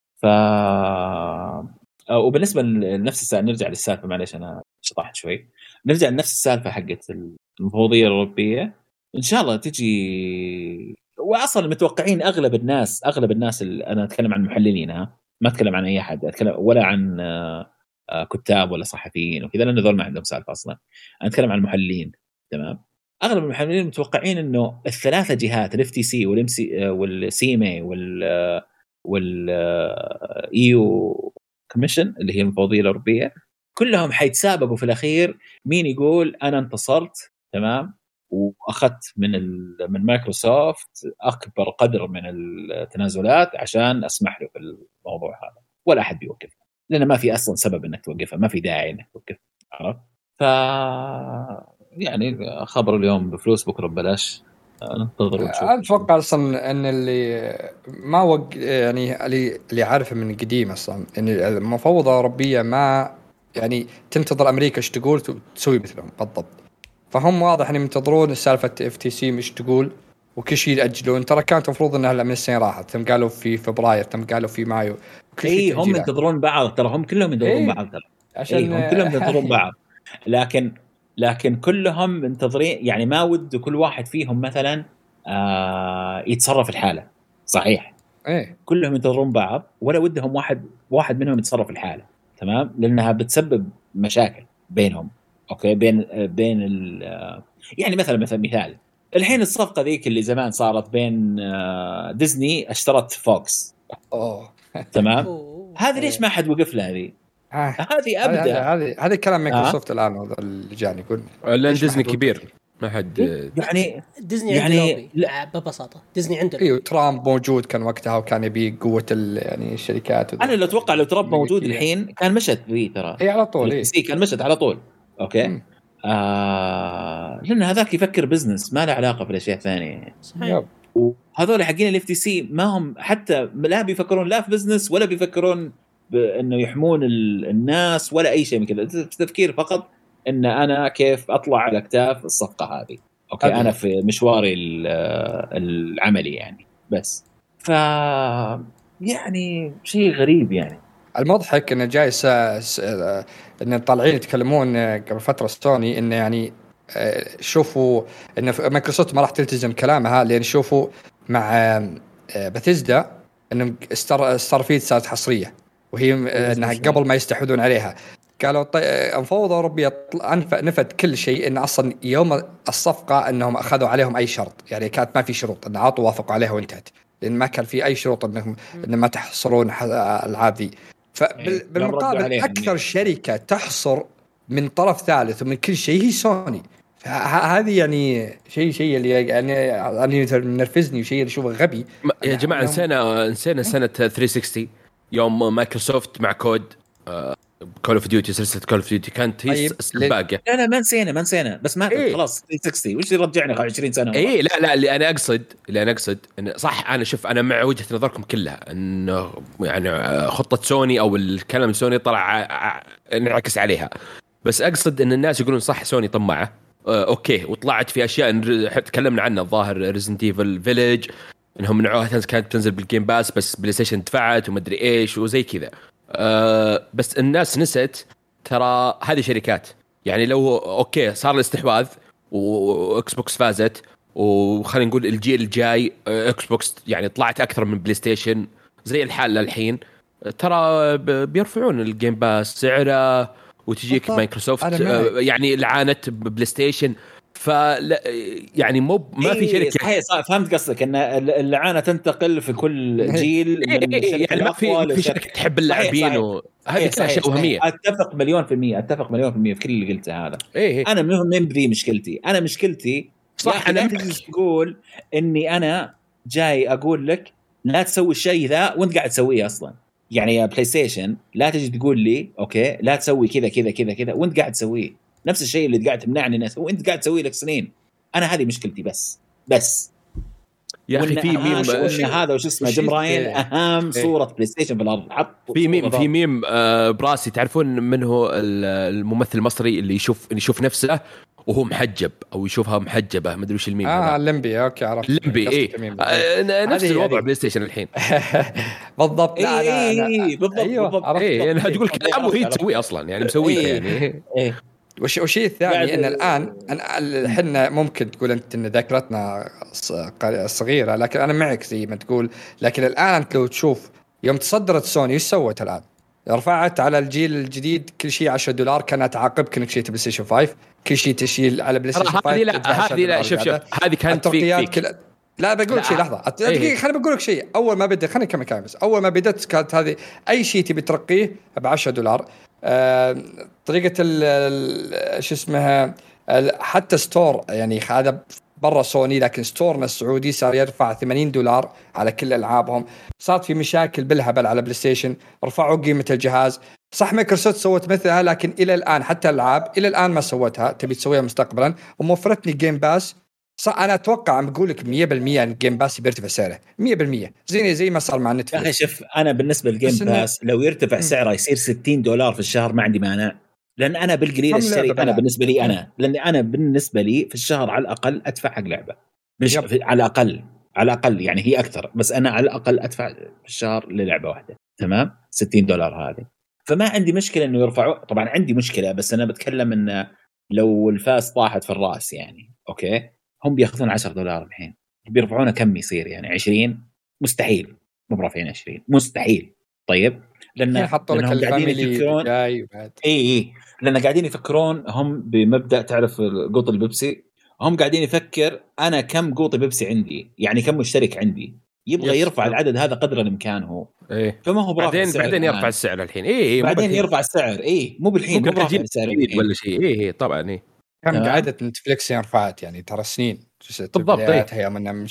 وبالنسبه لنفس السالفه، نرجع للسالفه، معليش انا شطحت شوي، نرجع لنفس السالفه حقت المفوضيه الاوروبيه. ان شاء الله تجي، واصلا متوقعين اغلب الناس اللي انا اتكلم عن محللين، ما اتكلم عن اي حد، اتكلم ولا عن كتاب ولا صحفيين وكذا، لان ذول ما عندهم سالفه اصلا. انا اتكلم عن المحللين، تمام؟ اغلب المحللين متوقعين انه الثلاثه جهات الاف تي سي والسي ام اي والايو كوميشن اللي هي المفوضيه الاوروبيه، كلهم حيتسابقوا في الاخير مين يقول انا انتصرت، تمام؟ واخذت من مايكروسوفت اكبر قدر من التنازلات عشان اسمح له في الموضوع هذا، ولا احد بيوقف، لان ما في اصلا سبب انك توقفها، ما في داعي انك توقف، عرفت؟ ف يعني خبر اليوم بفلوس بكره ببلاش، ننتظر ونشوف. اتوقع اصلا ان اللي ما يعني اللي عارفه من قديم اصلا ان المفوضه الاوروبيه ما يعني تنتظر امريكا ايش تقول تسوي مثلهم بالضبط، فهم واضح ان ينتظرون سالفه اف تي سي مش تقول وكل شيء ياجلون. ترى كانت المفروض انها من السنه راحت، ثم قالوا في فبراير، ثم قالوا في مايو، كل شيء هم ينتظرون بعض، ترى هم كلهم ينتظرون بعض، ترى عشان هم كلهم ينتظرون بعض، لكن كلهم منتظرين يعني، ما ود كل واحد فيهم مثلا يتصرف الحاله صحيح. كلهم ينتظرون بعض، ولا ودهم واحد منهم يتصرف الحاله، تمام؟ لانها بتسبب مشاكل بينهم، اوكي؟ بين يعني مثلا مثال الحين الصفقه ذيك اللي زمان صارت بين ديزني اشترت فوكس، تمام؟ هذه ليش ما حد وقف لها هذه؟ هذه ابدا هذا كلام مايكروسوفت الان، هذا اللي جاني يقول لان ديزني كبير، ما حد يعني ديزني يعني ببساطه ديزني عنده ايوه ترامب موجود كان وقتها وكان يبي قوه يعني الشركات انا اللي اتوقع لو ترامب موجود الحين كان مشت ذي، ترى هي على طول كان مشت على طول، اوكي؟ لان هذاك يفكر بزنس، ما له علاقه بالاشياء الثانيه، صحيح. وهذول حقين الاف تي سي ما هم حتى لا بيفكرون لا في بزنس ولا بيفكرون بانه يحمون الناس ولا اي شيء من كذا، تفكير فقط ان انا كيف اطلع على اكتاف الصفقه هذه، اوكي انا في مشواري العملي يعني، بس ف يعني شيء غريب يعني. المضحك انه جاي ان طالعين يتكلمون قبل فتره سوني انه يعني شوفوا ان مايكروسوفت ما راح تلتزم كلامها، لان شوفوا مع بثيسدا ان ستارفيلد صارت حصريه، وهي انها قبل ما يستحوذون عليها قالوا المفوضة أوروبية نفت كل شيء، إن أصلا يوم الصفقة أنهم أخذوا عليهم أي شرط، يعني كانت ما في شروط، إن عطوا وافقوا عليها وانتهت، لأن ما كان في أي شروط إن ما تحصرون الألعاب ذي. فبالمقابل أكثر شركة تحصر من طرف ثالث ومن كل شيء هي سوني. هذه يعني شيء اللي يعني نرفزني وشيء اللي أشوفه غبي يا جماعة. نسينا سنة 360 يوم مايكروسوفت مع كود كول اوف ديوتي، سلسله كول اوف ديوتي كانت هي السباقه. لا ما نسينا بس ما خلاص 360 وش رجعنا 20 سنه. لا اللي انا اقصد إن صح، انا شوف انا مع وجهه نظركم كلها انه يعني خطه سوني او الكلام سوني طلع انعكس عليها، بس اقصد ان الناس يقولون صح سوني طماعه اوكي، وطلعت في اشياء تكلمنا عنها الظاهر ريزنت ايفل فيليج انهم منعوها كانت تنزل بالجيم باس بس بلاي ستيشن دفعت ومدري ايش وزي كذا. بس الناس نسيت ترى هذه شركات، يعني لو اوكي صار الاستحواذ واكس بوكس فازت وخلينا نقول الجيل الجاي اكس بوكس يعني طلعت اكثر من بلاي ستيشن زي الحال الحين، ترى بيرفعون الجيم باس سعره وتجيك مايكروسوفت يعني لعانت بلاي ستيشن يعني ما في شركه صحيح فهمت قصدك ان اللعانه تنتقل في كل جيل من يعني ما في شركه تحب اللاعبين وهذه كلها اشياء وهميه. اتفق مليون في المية في كل اللي قلته هذا. إيه. انا من بدي مشكلتي صح. انا تقول اني انا جاي اقول لك لا تسوي الشيء ذا وانت قاعد تسويه اصلا. يعني يا بلاي ستيشن لا تجي تقول لي اوكي لا تسوي كذا وانت قاعد تسويه. نفس الشيء اللي قاعد تمنعني اني اسويه وانت قاعد تسويه لك سنين. انا هذه مشكلتي بس يا اخي في ميم هذا وش اسمه جيم راين اهم صوره بلاي ستيشن في الارض. حط في ميم براسي. تعرفون من هو الممثل المصري اللي يشوف نفسه وهو محجب او يشوفها محجبه؟ ما ادري وش الميم هذا. اللمبي. اوكي عرفت اللمبي. ايه نفس الوضع بلاي ستيشن الحين. بالضبط. لا بالضبط. ايه انا اقول كلام وهي تسوي اصلا يعني مسويه يعني. والشيء الثاني ان الان احنا ممكن تقول انت ان ذاكرتنا صغيره، لكن انا معك زي ما تقول. لكن الان انت لو تشوف يوم تصدرت سوني ايش سوت الان؟ رفعت على الجيل الجديد كل شيء $10 كانت تعاقبك انك شيء بلاي ستيشن 5 كل شيء تشيل على بلاي ستيشن 5. هذه لا شوف هذه كانت فيك. لا بقول شيء لحظه دقيقه خليني بقول لك شيء. اول ما بدأ خليني كم بس اول ما بدأت كانت هذه اي شيء تبي ترقيه $10. طريقه شو اسمها حتى ستور يعني هذا برا سوني، لكن ستورنا السعودي صار يرفع $80 على كل العابهم. صارت في مشاكل بالهبل على بلاي ستيشن، رفعوا قيمه الجهاز. صح مايكروسوفت سوت مثلها، لكن الى الان حتى الالعاب الى الان ما سوتها، تبي تسويها مستقبلا وموفرتني جيم باس. صح انا اتوقع عم بقول لك 100% ان الجيم باس بيرتفع سعره 100% زي ما صار مع نتفلكس. يا اخي شوف انا بالنسبه للجيم باس لو يرتفع سعره يصير $60 في الشهر ما عندي مانع، لان انا بالقليل الشيء انا بالنسبه لي انا بالنسبه لي في الشهر على الاقل ادفع حق لعبه مش على الاقل يعني هي اكثر، بس انا على الاقل ادفع في الشهر للعبه واحده. تمام $60 هذه، فما عندي مشكله انه يرفعوا. طبعا عندي مشكله بس انا بتكلم ان لو الفاس طاحت في الراس يعني اوكي هم بياخذون $10 الحين بيرفعونه كم يصير يعني 20 مستحيل مو برافعين 20 مستحيل. طيب لأنهم قاعدين يفكرون لأن قاعدين يفكرون هم بمبدأ تعرف قوط البيبسي، هم قاعدين يفكر أنا كم قوط بيبسي عندي يعني كم مشترك عندي، يبغى يرفع العدد هذا قدر الإمكان هو. فما هو بعدين يرفع السعر الحين. بعدين يرفع السعر مو بالحين مو برافع السعر ولا شيء. طبعا كم قاعدة نتفليكس رفعت يعني ترى سنين بالضبط. هي من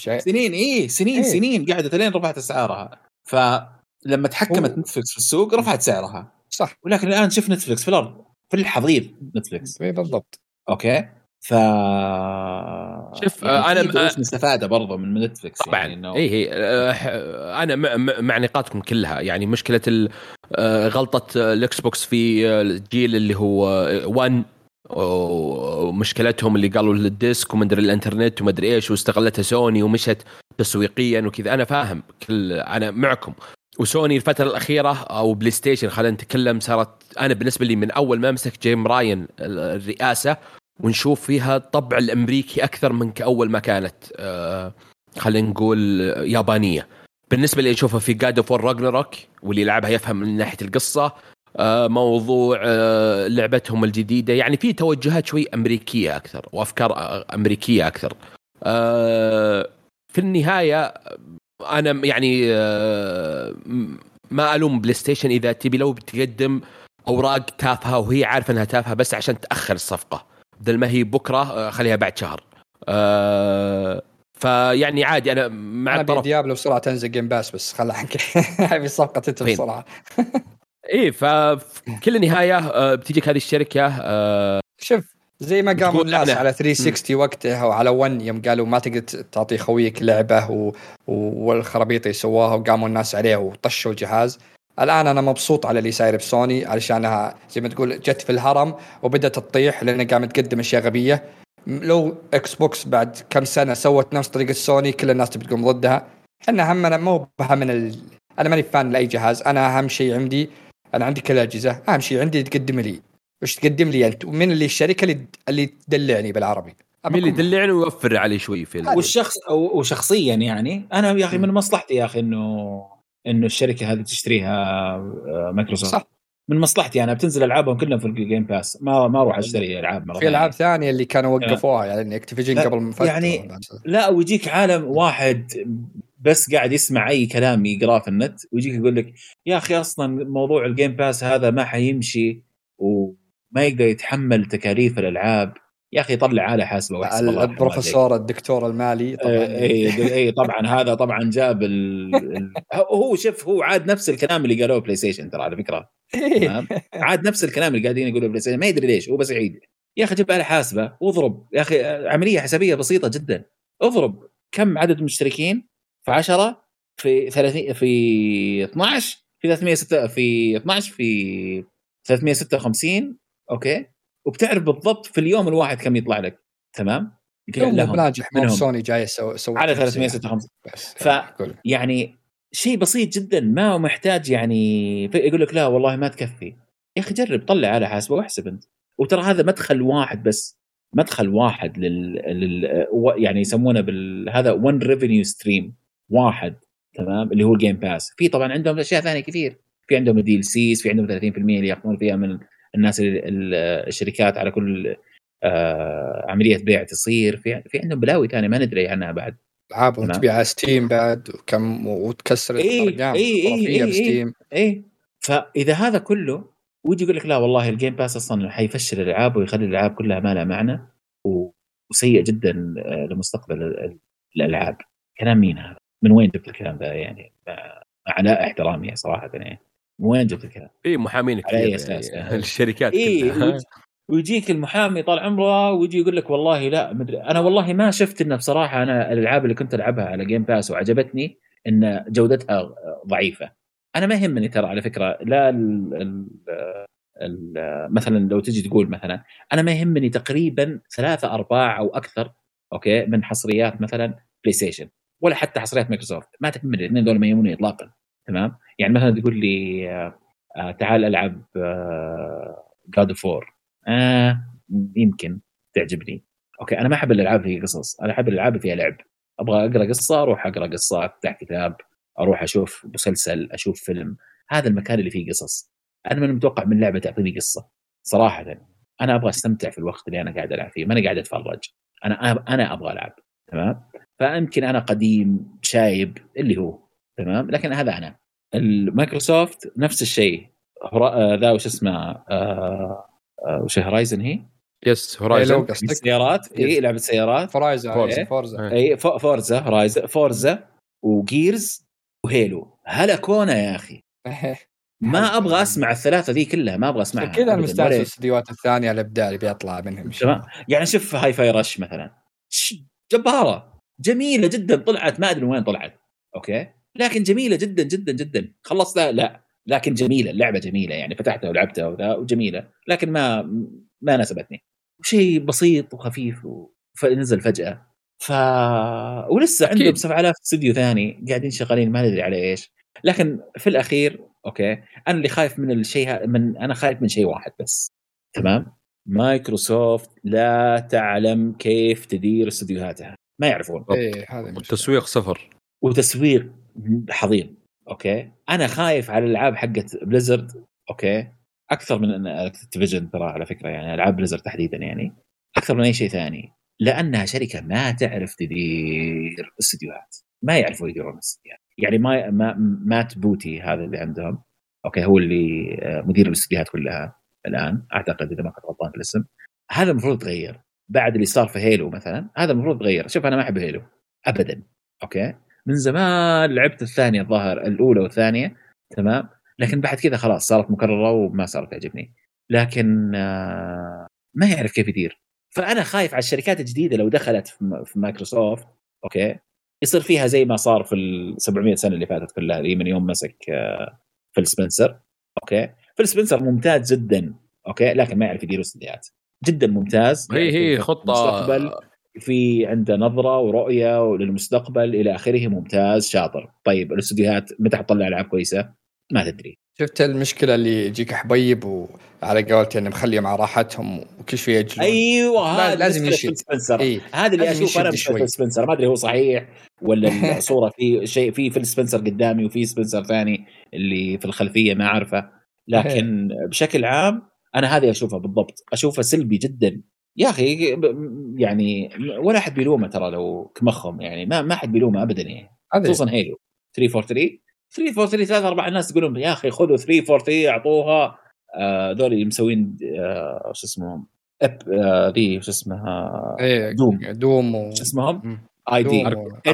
سنين قاعدة لين رفعت اسعارها. فلما تحكمت نتفليكس في السوق رفعت سعرها صح، ولكن الان شوف نتفليكس في الارض في الحضيض نتفليكس بالضبط. اوكي شوف يعني انا مستفاده برضه من نتفليكس طبعا يعني انه انا مع نقاطكم كلها. يعني مشكله غلطه الاكس بوكس في الجيل اللي هو 1 ومشكلتهم اللي قالوا للديسك ومدري الانترنت ومدري ايش واستغلتها سوني ومشت تسويقيا وكذا. انا فاهم انا معكم. وسوني الفتره الاخيره او بلاي ستيشن خلينا نتكلم صارت انا بالنسبه لي من اول ما مسك جيم راين الرئاسه ونشوف فيها الطبع الامريكي اكثر من كاول ما كانت خلينا نقول يابانيه. بالنسبه لي اشوفها في جاد اوف وور راجناروك واللي يلعبها يفهم من ناحيه القصه موضوع لعبتهم الجديدة. يعني في توجهات شوي أمريكية أكثر وأفكار أمريكية أكثر. في النهاية أنا يعني ما ألوم بلاي ستيشن إذا تبي لو بتقدم أوراق تافهة وهي عارفة أنها تافهة بس عشان تأخر الصفقة بدل ما هي بكرة خليها بعد شهر. فيعني عادي أنا مع الطرف ديابلو بسرعة تنزل جيم باس بس خلها عنك هذه الصفقة تنتهي بسرعة. ايه فكل النهايه بتجيك هذه الشركه شوف زي ما قاموا الناس على 360 وقتها وعلى 1 يوم قالوا ما تقدر تعطي خويك لعبه والخرابيط يسواها وقاموا الناس عليه وطشوا الجهاز. الان انا مبسوط على اللي صاير بسوني علشانها زي ما تقول جت في الهرم وبدت تطيح لان قامت تقدم اشياء غبيه. لو اكس بوكس بعد كم سنه سوت نفس طريقه سوني كل الناس تقوم ضدها. احنا همنا مو بهم انا ماني فان لاي جهاز. انا اهم شيء عندي انا عندي كل اجهزه اهم شيء عندي تقدم لي وش تقدم لي انت ومن اللي الشركه اللي تدلعني بالعربي مين اللي يدلعني ويوفر علي شوي في والشخص او شخصيا يعني انا يا اخي من مصلحتي يا اخي انه الشركه هذه تشتريها مايكروسوفت صح من مصلحتي انا بتنزل العابهم كلهم في الجيم باس، ما اروح اشتري العاب مره في العاب ثانيه اللي كانوا وقفوها يعني اكتيفيجن قبل ما فتره يعني لا، ويجيك عالم واحد بس قاعد يسمع اي كلام يقراه في النت ويجيك يقول لك يا اخي اصلا موضوع الجيم باس هذا ما حيمشي وما يقدر يتحمل تكاليف الالعاب. يا اخي طلع على حاسبه واحسب الله. البروفيسور الدكتور المالي طبعا اي طبعا هذا طبعا جاب هو شوف هو عاد نفس الكلام اللي قالوه بلاي ستيشن ترى على فكره. تمام عاد نفس الكلام اللي قاعدين يقولوا بلاي ستيشن، ما يدري ليش هو بس يعيد. يا اخي جيب على حاسبه واضرب يا اخي، عمليه حسابيه بسيطه جدا. اضرب كم عدد المشتركين في 10 في 30 في 12 في 306 في 12 في 356 اوكي، وبتعرف بالضبط في اليوم الواحد كم يطلع لك. تمام بناجح منهم سوني جاي سوي على 356 يعني شيء بسيط جدا ما هو محتاج يعني يقول لك لا والله ما تكفي. يا اخي جرب طلع على حاسبه واحسب انت. وترى هذا مدخل واحد بس، مدخل واحد يعني يسمونه هذا وان ريفينيو ستريم واحد. تمام اللي هو الجيم باس. في طبعا عندهم اشياء ثانيه كثير، في عندهم الدي ال سيز، في عندهم 30% اللي ياخذون فيها من الناس الشركات على كل عمليه بيع تصير. في عندهم بلاوي ثانيه ما ندري عنها بعد. العاب تبيع على ستيم بعد وكم وتكسر الارقام خرافيه بستيم. فاذا هذا كله ويجي يقول لك لا والله الجيم باس اصلا حيفشل الالعاب ويخلي الالعاب كلها ما لها معنى وسيء جدا لمستقبل الالعاب. كلام مين هذا؟ من وين جبت الكلام ده يعني؟ على احترامي صراحه يعني من وين جبت الكلام؟ محامين كثير يعني الشركات كلها. ويجيك المحامي طال عمره ويجي يقول لك والله لا مدري. انا والله ما شفت انه بصراحه انا الالعاب اللي كنت العبها على جيم باس وعجبتني ان جودتها ضعيفه. انا ما يهمني ترى على فكره لا مثلا لو تجي تقول مثلا انا ما يهمني تقريبا 3/4 او اكثر اوكي من حصريات مثلا بلاي ستيشن ولا حتى حصريات مايكروسوفت، ما تهمني الاثنين دول ما يهموني اطلاقا. تمام يعني مثلا تقول لي تعال العب God of War يمكن تعجبني اوكي. انا ما احب الالعاب فيها قصص، انا احب الالعاب فيها لعب. ابغى اقرا قصه اروح اقرا قصه، افتح كتاب، اروح اشوف مسلسل، اشوف فيلم. هذا المكان اللي فيه قصص. انا من متوقع من لعبه تعطيني قصه صراحه. انا ابغى استمتع في الوقت اللي انا قاعد العب فيه، ما انا قاعد اتفرج. انا ابغى العب. تمام فيمكن انا قديم شايب اللي هو تمام، لكن هذا انا. المايكروسوفت نفس الشيء. ذا وش اسمه وش هورايزن هي يس هورايزن سيارات. اي لعبه سيارات فورزا هورايزن فورزا وجيرز وهيلو. هلا كونا يا اخي ما ابغى اسمع الثلاثه ذي كلها، ما ابغى اسمعها كذا. المستانس الاستديوهات الثانيه الابداع اللي بيطلع منهم يعني شوف هاي فاي رش مثلا جباره جميله جدا طلعت، ما ادري وين طلعت اوكي لكن جميله جدا جدا جدا. خلصتها لا لكن جميله اللعبه جميله يعني فتحتها ولعبتها وجميله لكن ما ناسبتني. شيء بسيط وخفيف ونزل فجاه ولسه عندهم 7000 استوديو ثاني قاعدين شغالين ما ندري على ايش. لكن في الاخير اوكي انا اللي خايف من الشيء انا خايف من شيء واحد بس. تمام مايكروسوفت لا تعلم كيف تدير استوديوهاتها، ما يعرفون. التسويق صفر وتسويق حظيم اوكي. انا خايف على الالعاب حقت بليزرد اوكي اكثر من اكتيفيجن ترى على فكره يعني العاب بليزرد تحديدا يعني اكثر من اي شيء ثاني، لانها شركه ما تعرف تدير استديوهات، ما يعرفوا يديرون الاستديوهات. يعني مات بوتي هذا اللي عندهم اوكي هو اللي مدير الاستديوهات كلها الان اعتقد اذا ما كنت غلطان في الاسم. هذا المفروض يتغير بعد اللي صار في هيلو مثلا. هذا المفروض يتغير. شوف انا ما احب هيلو ابدا اوكي من زمان لعبت الثانيه الظاهر الاولى والثانيه تمام لكن بعد كذا خلاص صارت مكرره وما صارت تعجبني. لكن ما يعرف كيف يدير. فانا خايف على الشركات الجديده لو دخلت في مايكروسوفت اوكي يصير فيها زي ما صار في 700 سنه اللي فاتت كلها دي من يوم مسك فيل سبنسر اوكي. فيل سبنسر ممتاز جدا اوكي لكن ما يعرف يدير استديوهات جدا ممتاز. هي خطه في عنده نظرة ورؤية للمستقبل إلى آخره ممتاز شاطر. طيب الاستديوهات متى حتطلع ألعاب كويسة ما تدري. شفت المشكلة اللي يجيك حبيب وعلى قولتي إنه مخليه مع راحتهم وكل شوية يجلون. أيوة لازم يشيل هذا اللي أشوف أنا في سبنسر ما أدري هو صحيح ولا الصورة في شيء في سبنسر قدامي وفي سبنسر ثاني اللي في الخلفية ما أعرفه. لكن بشكل عام انا هذه اشوفها بالضبط، اشوفها سلبي جدا يا اخي. يعني ولا احد بيلومه ترى لو كمخهم، يعني ما حد بيلومه ابدا يعني. خصوصا هيلو 343 ثلاث اربع الناس يقولون يا اخي خذوا 343 اعطوها دول اللي مسوين شو اسمهم ذي شو اسمها دوم شو اسمهم اي دي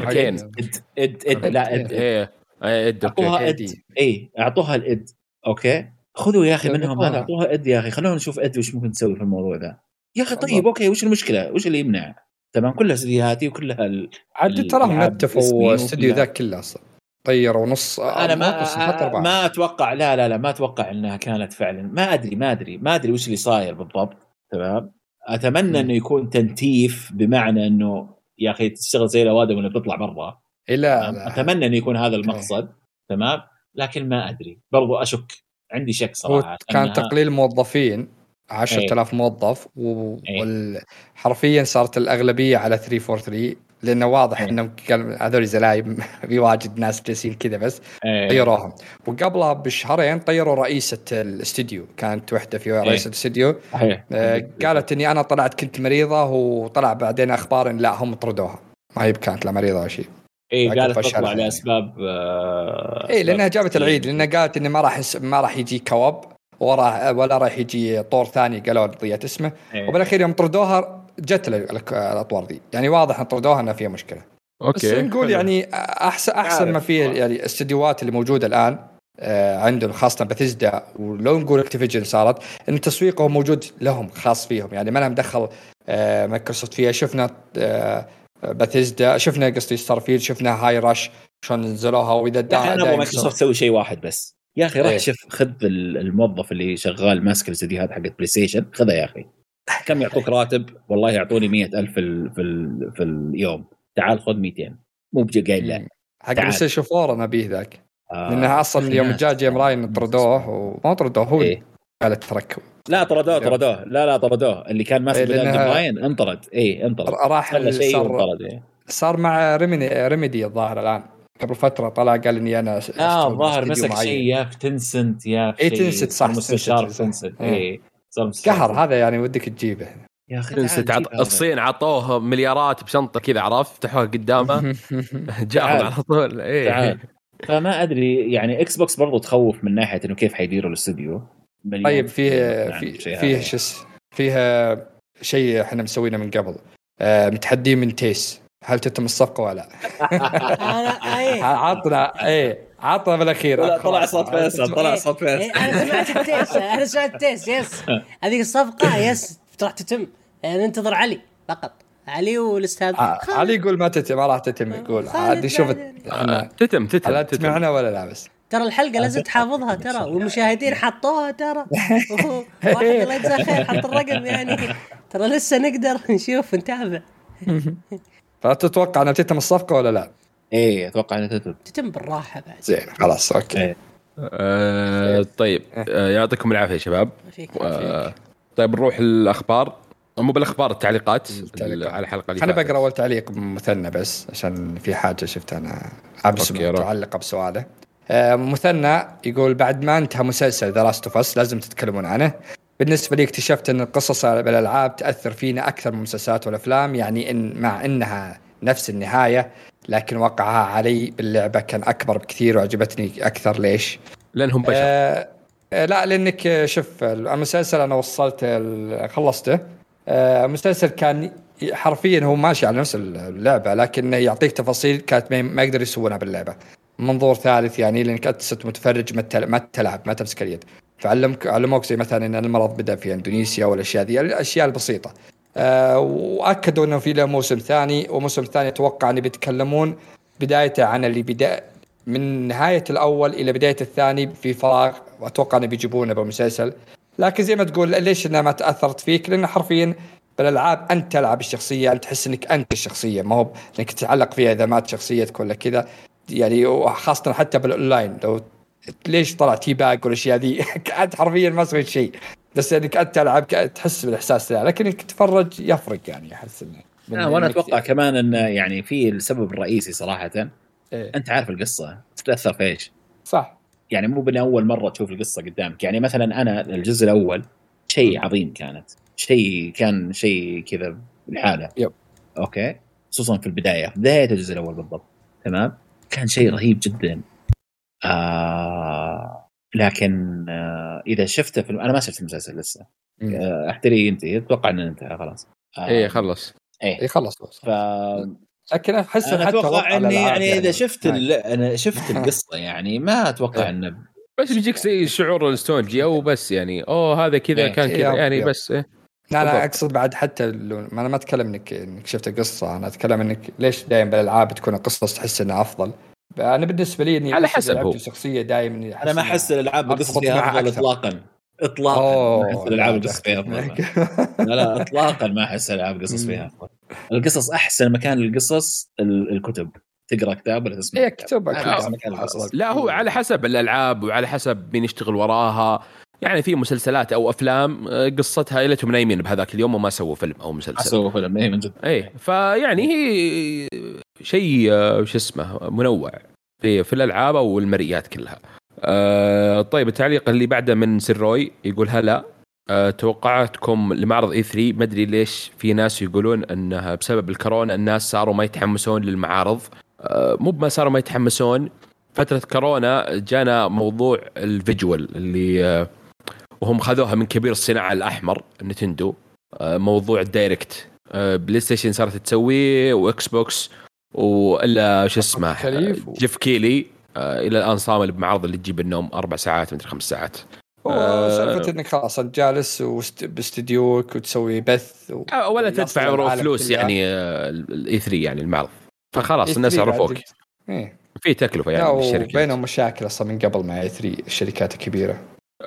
اد لا اد اعطوها اد اعطوها الاد اوكي خذوا يا اخي منهم هذا اعطوها اد يا اخي خلونا نشوف اد وش ممكن تسوي في الموضوع ذا يا اخي. طيب اوكي وش المشكله وش اللي يمنع؟ تمام كلها استديوهاتي وكلها عاد تراهم نتفوا الاستديو ذا كله اصلا طيروا نص. انا ما اتوقع لا ما اتوقع انها كانت فعلا. ما ادري وش اللي صاير بالضبط. تمام اتمنى انه يكون تنتيف بمعنى انه يا اخي تشتغل زي الاوادم ولا بتطلع برا. لا اتمنى انه يكون هذا المقصد. تمام لكن ما ادري برضو اشك عندي شك صراحه. كان تقليل موظفين 10,000 موظف وحرفيا صارت الأغلبية على 343 لأنه واضح إنهم هذول زلايم في واجد ناس جالسين كذا بس طيروهم. وقبلها بشهرين طيروا رئيسة الاستديو كانت وحدة في رئيسة الاستديو قالت إني أنا طلعت كنت مريضة وطلع بعدين أخبار إن لا هم طردوها ما هي كانت لا مريضة ولا شيء. قالت تطلع لأسباب لأنها جابت العيد لأنها قالت إنه ما راح يجي كواب ولا راح يجي طور ثاني قالوا ضيعت اسمه. وبالاخير يوم طردوها جت الاطوار دي يعني واضح ان طردوها انها فيها مشكله. بس نقول يعني احسن ما فيه يعني الاستديوهات اللي موجوده الان عندهم خاصه بثيزدا ولو نقول اكتيفيجن صارت ان تسويقهم موجود لهم خاص فيهم يعني ما لهم دخل مايكروسوفت فيها. شفنا بثيزدا شفنا قصدي ستارفيلد شفنا هاي راش شلون نزلوها. واذا انا مايكروسوفت تسوي شيء واحد بس يا اخي راح شوف خذ الموظف اللي شغال ماسك الاستديوهات حقت بلاي ستيشن خذها يا اخي كم يعطوك راتب؟ والله يعطوني 100,000 في اليوم. تعال خذ 200 مو بجي قايل لا حق بلاي ستيشن 4 انا بيه ذاك لانها اصلا اليوم جاء جيم راين طردوه وما طردوه هو قال تركوا. لا طردوه لا طردوه اللي كان ماسك جيم راين انطرد راح صار مع ريميدي الظاهر الان. قبل فترة طلع قال إني أنا ظاهر مسك شيء يا في تنسنت يا في تنسنت صح مستشار تنسنت قهر هذا يعني ودك تجيبه يا أخي. تنسنت الصين عطوه مليارات بشنطة كذا عرفت فتحوها قدامه جاهم على طول تعال. فما أدري يعني إكس بوكس برضو تخوف من ناحية إنه كيف حيديروا الاستوديو. طيب فيها شيء إحنا مسوينه من قبل متحدين من تيس هل تتم الصفقة ولا عطنا بالاخير طلع صوت فيصل انا سمعت التيس يس هذه الصفقة يس راح تتم يعني ننتظر علي فقط علي والاستاذ علي يقول ما تتم ما راح تتم يقول عاد شوف تتم تسمعنا ولا لا بس ترى الحلقة لازم تحافظها ترى والمشاهدين حطوها ترى واحد الله يجزاه خير حط الرقم يعني ترى لسه نقدر نشوف نتابع. فتتوقع أن تتم الصفقة ولا لا؟ أتوقع أن تتم بالراحة بعد. زين خلاص أوكي. طيب يعطيكم العافية يا شباب. طيب نروح الأخبار مو بالأخبار التعليقات على الحلقة اللي أنا بقرأ أول تعليق مثنى بس عشان في حاجة شفت أنا أبس متعلقة بسؤاله. مثنى يقول بعد ما انتهى مسلسل The Last of Us لازم تتكلمون عنه. بالنسبة لي اكتشفت أن القصص بالألعاب تأثر فينا أكثر من المسلسلات والأفلام يعني مع أنها نفس النهاية لكن وقعها علي باللعبة كان أكبر بكثير وعجبتني أكثر. ليش؟ لأنهم بشر. لا لأنك شوف المسلسل أنا خلصته المسلسل كان حرفيا هو ماشي على نفس اللعبة لكن يعطيك تفاصيل كانت ما يقدر يسوونها باللعبة. منظور ثالث يعني لأنك أنت متفرج ما تلعب ما تمسك اليد علموك زي مثلا ان المرض بدا في اندونيسيا والاشياء دي الاشياء البسيطه. واكدوا انه في له موسم ثاني وموسم ثاني اتوقع ان بيتكلمون بدايته عن اللي بدا من نهايه الاول الى بدايه الثاني في فراغ واتوقع ان بيجيبونه بالمسلسل. لكن زي ما تقول ليش انها ما تاثرت فيك لان حرفيا بالالعاب انت تلعب الشخصيه انت تحس انك انت الشخصيه ما هو انك تتعلق فيها اذا مات شخصيتك ولا كذا يعني خاصه حتى بالاونلاين لو ليش طلع تي باك والاشياء ذي قاعد حرفيا ما سويت شيء بس انك انت تلعب تحس بالاحساس ده لكن انك تتفرج يفرق يعني احس انه وانا اتوقع كمان انه يعني في السبب الرئيسي صراحه انت عارف القصه تتاثر في ايش صح يعني مو من اول مره تشوف القصه قدامك. يعني مثلا انا الجزء الاول شيء عظيم، كان شيء كذا بالحاله. يب. اوكي، خصوصا في بدايه الجزء الاول بالضبط. تمام، كان شيء رهيب جدا. لكن اذا شفته انا ما شفت المسلسل لسه. احتري انت، اتوقع ان انت خلاص. ايه خلص. ايه خلص. ف لكن احس انا حتى اتوقع اني يعني اذا شفت هاي. انا شفت القصه يعني ما اتوقع انه بس بيجيك زي شعور النوستالجيا او بس يعني هذا كذا إيه. كان كذا يعني يب. بس لا بالضبط. انا اقصد بعد حتى ما انا ما اتكلم انك شفت القصه، انا اتكلم انك ليش دائما بالالعاب تكون القصص تحس انها افضل. انا بالنسبه لي اني على حسب هو. شخصيه دائما انا ما احس الالعاب القصص فيها افضل اطلاقا ما احس الالعاب القصص فيها افضل. لا اطلاقا ما احس الالعاب القصص فيها افضل. القصص احسن مكان للقصص الكتب، تقرا كتاب ولا تسمع هي كتب احسن مكان للقصص. لا هو على حسب الالعاب وعلى حسب مين يشتغل وراها. يعني في مسلسلات او افلام قصتها ليتهم نايمين بهذاك اليوم وما سووا فيلم او مسلسل. سووا فيلم من جد. ايه فيعني هي شيء شو اسمه منوع في الالعاب او المرئيات كلها. طيب التعليق اللي بعده من سروي يقول هلا توقعاتكم لمعرض E3. ما ادري ليش في ناس يقولون انها بسبب الكورونا الناس صاروا ما يتحمسون للمعارض. مو بما صاروا ما يتحمسون، فترة كورونا جانا موضوع الفيجوال اللي وهم خذوها من كبير الصناعة الأحمر نينتندو. موضوع الدايركت بلاي ستيشن صارت تسويه واكس بوكس وإلا شو اسمه جيف كيلي إلى الآن صامل بمعرض اللي تجيب النوم 4 ساعات مدري 5 ساعات. سالفة انك خلاص جالس باستديوك وتسوي بث ولا تدفع فلوس يعني الاي 3 يعني المعرض، فخلاص الناس عرفوك. في تكلفة يعني الشركات بينهم مشاكل اصلا من قبل مع اي 3 الشركات الكبيرة.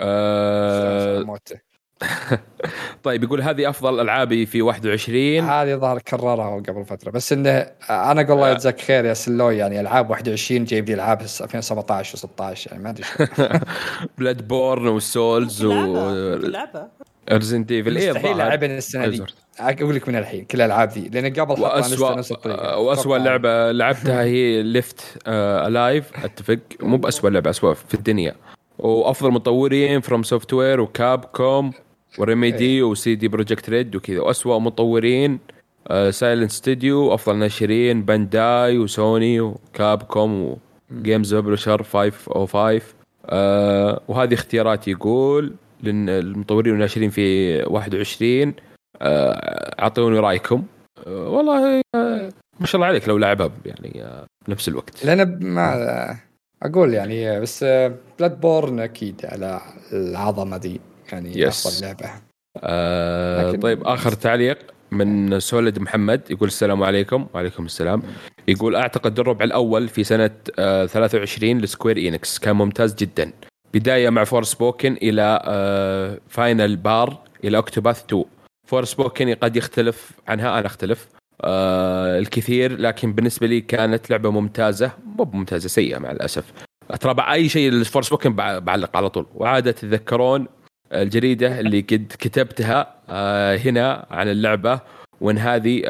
طيب يقول هذه افضل العابي في 21. هذه ظهر كررها قبل فترة، بس انه انا اقول الله يجزاك خير يا سلوي، يعني العاب 21 جايب لي العاب 2017 و16 يعني ما ادري بلاد بورن والسولز لعبة ارزنت ايفل. ايه مستحيل لعبنا السنة دي اقول لك من الحين كل الالعاب ذي، لان قبل حطها نفس الطريقة. واسوأ لعبة لعبتها هي ليفت الايف. اتفق مو باسوأ لعبة، اسوأ في الدنيا. وافضل مطورين فروم سوفت وير وكاب كوم وريميدي وسي دي بروجكت ريد وكذا. واسوأ مطورين سايلنت ستوديو. افضل ناشرين بانداي وسوني وكاب كوم وجيمز ببلشر 505. وهذه اختيارات يقول للمطورين والناشرين في 21. اعطوني رايكم. والله ما شاء الله عليك لو لعبها يعني بنفس الوقت. لأن ما أقول يعني بس بلاد بورن أكيد على العظمة دي يعني أفضل لعبة. طيب آخر تعليق من سولد محمد يقول السلام عليكم. وعليكم السلام. يقول أعتقد الربع الأول في سنة 23 لسكوير إينكس كان ممتاز جدا. بداية مع فورسبوكن إلى فاينل بار إلى أكتوباث 2. فورسبوكن قد يختلف عنها، أنا أختلف الكثير، لكن بالنسبة لي كانت لعبة ممتازة، مو ممتازة سيئة مع الأسف. أترى أي شيء لفورسبوكن بعلق على طول. وعادة تتذكرون الجريدة اللي قد كتبتها هنا عن اللعبة، وإن هذه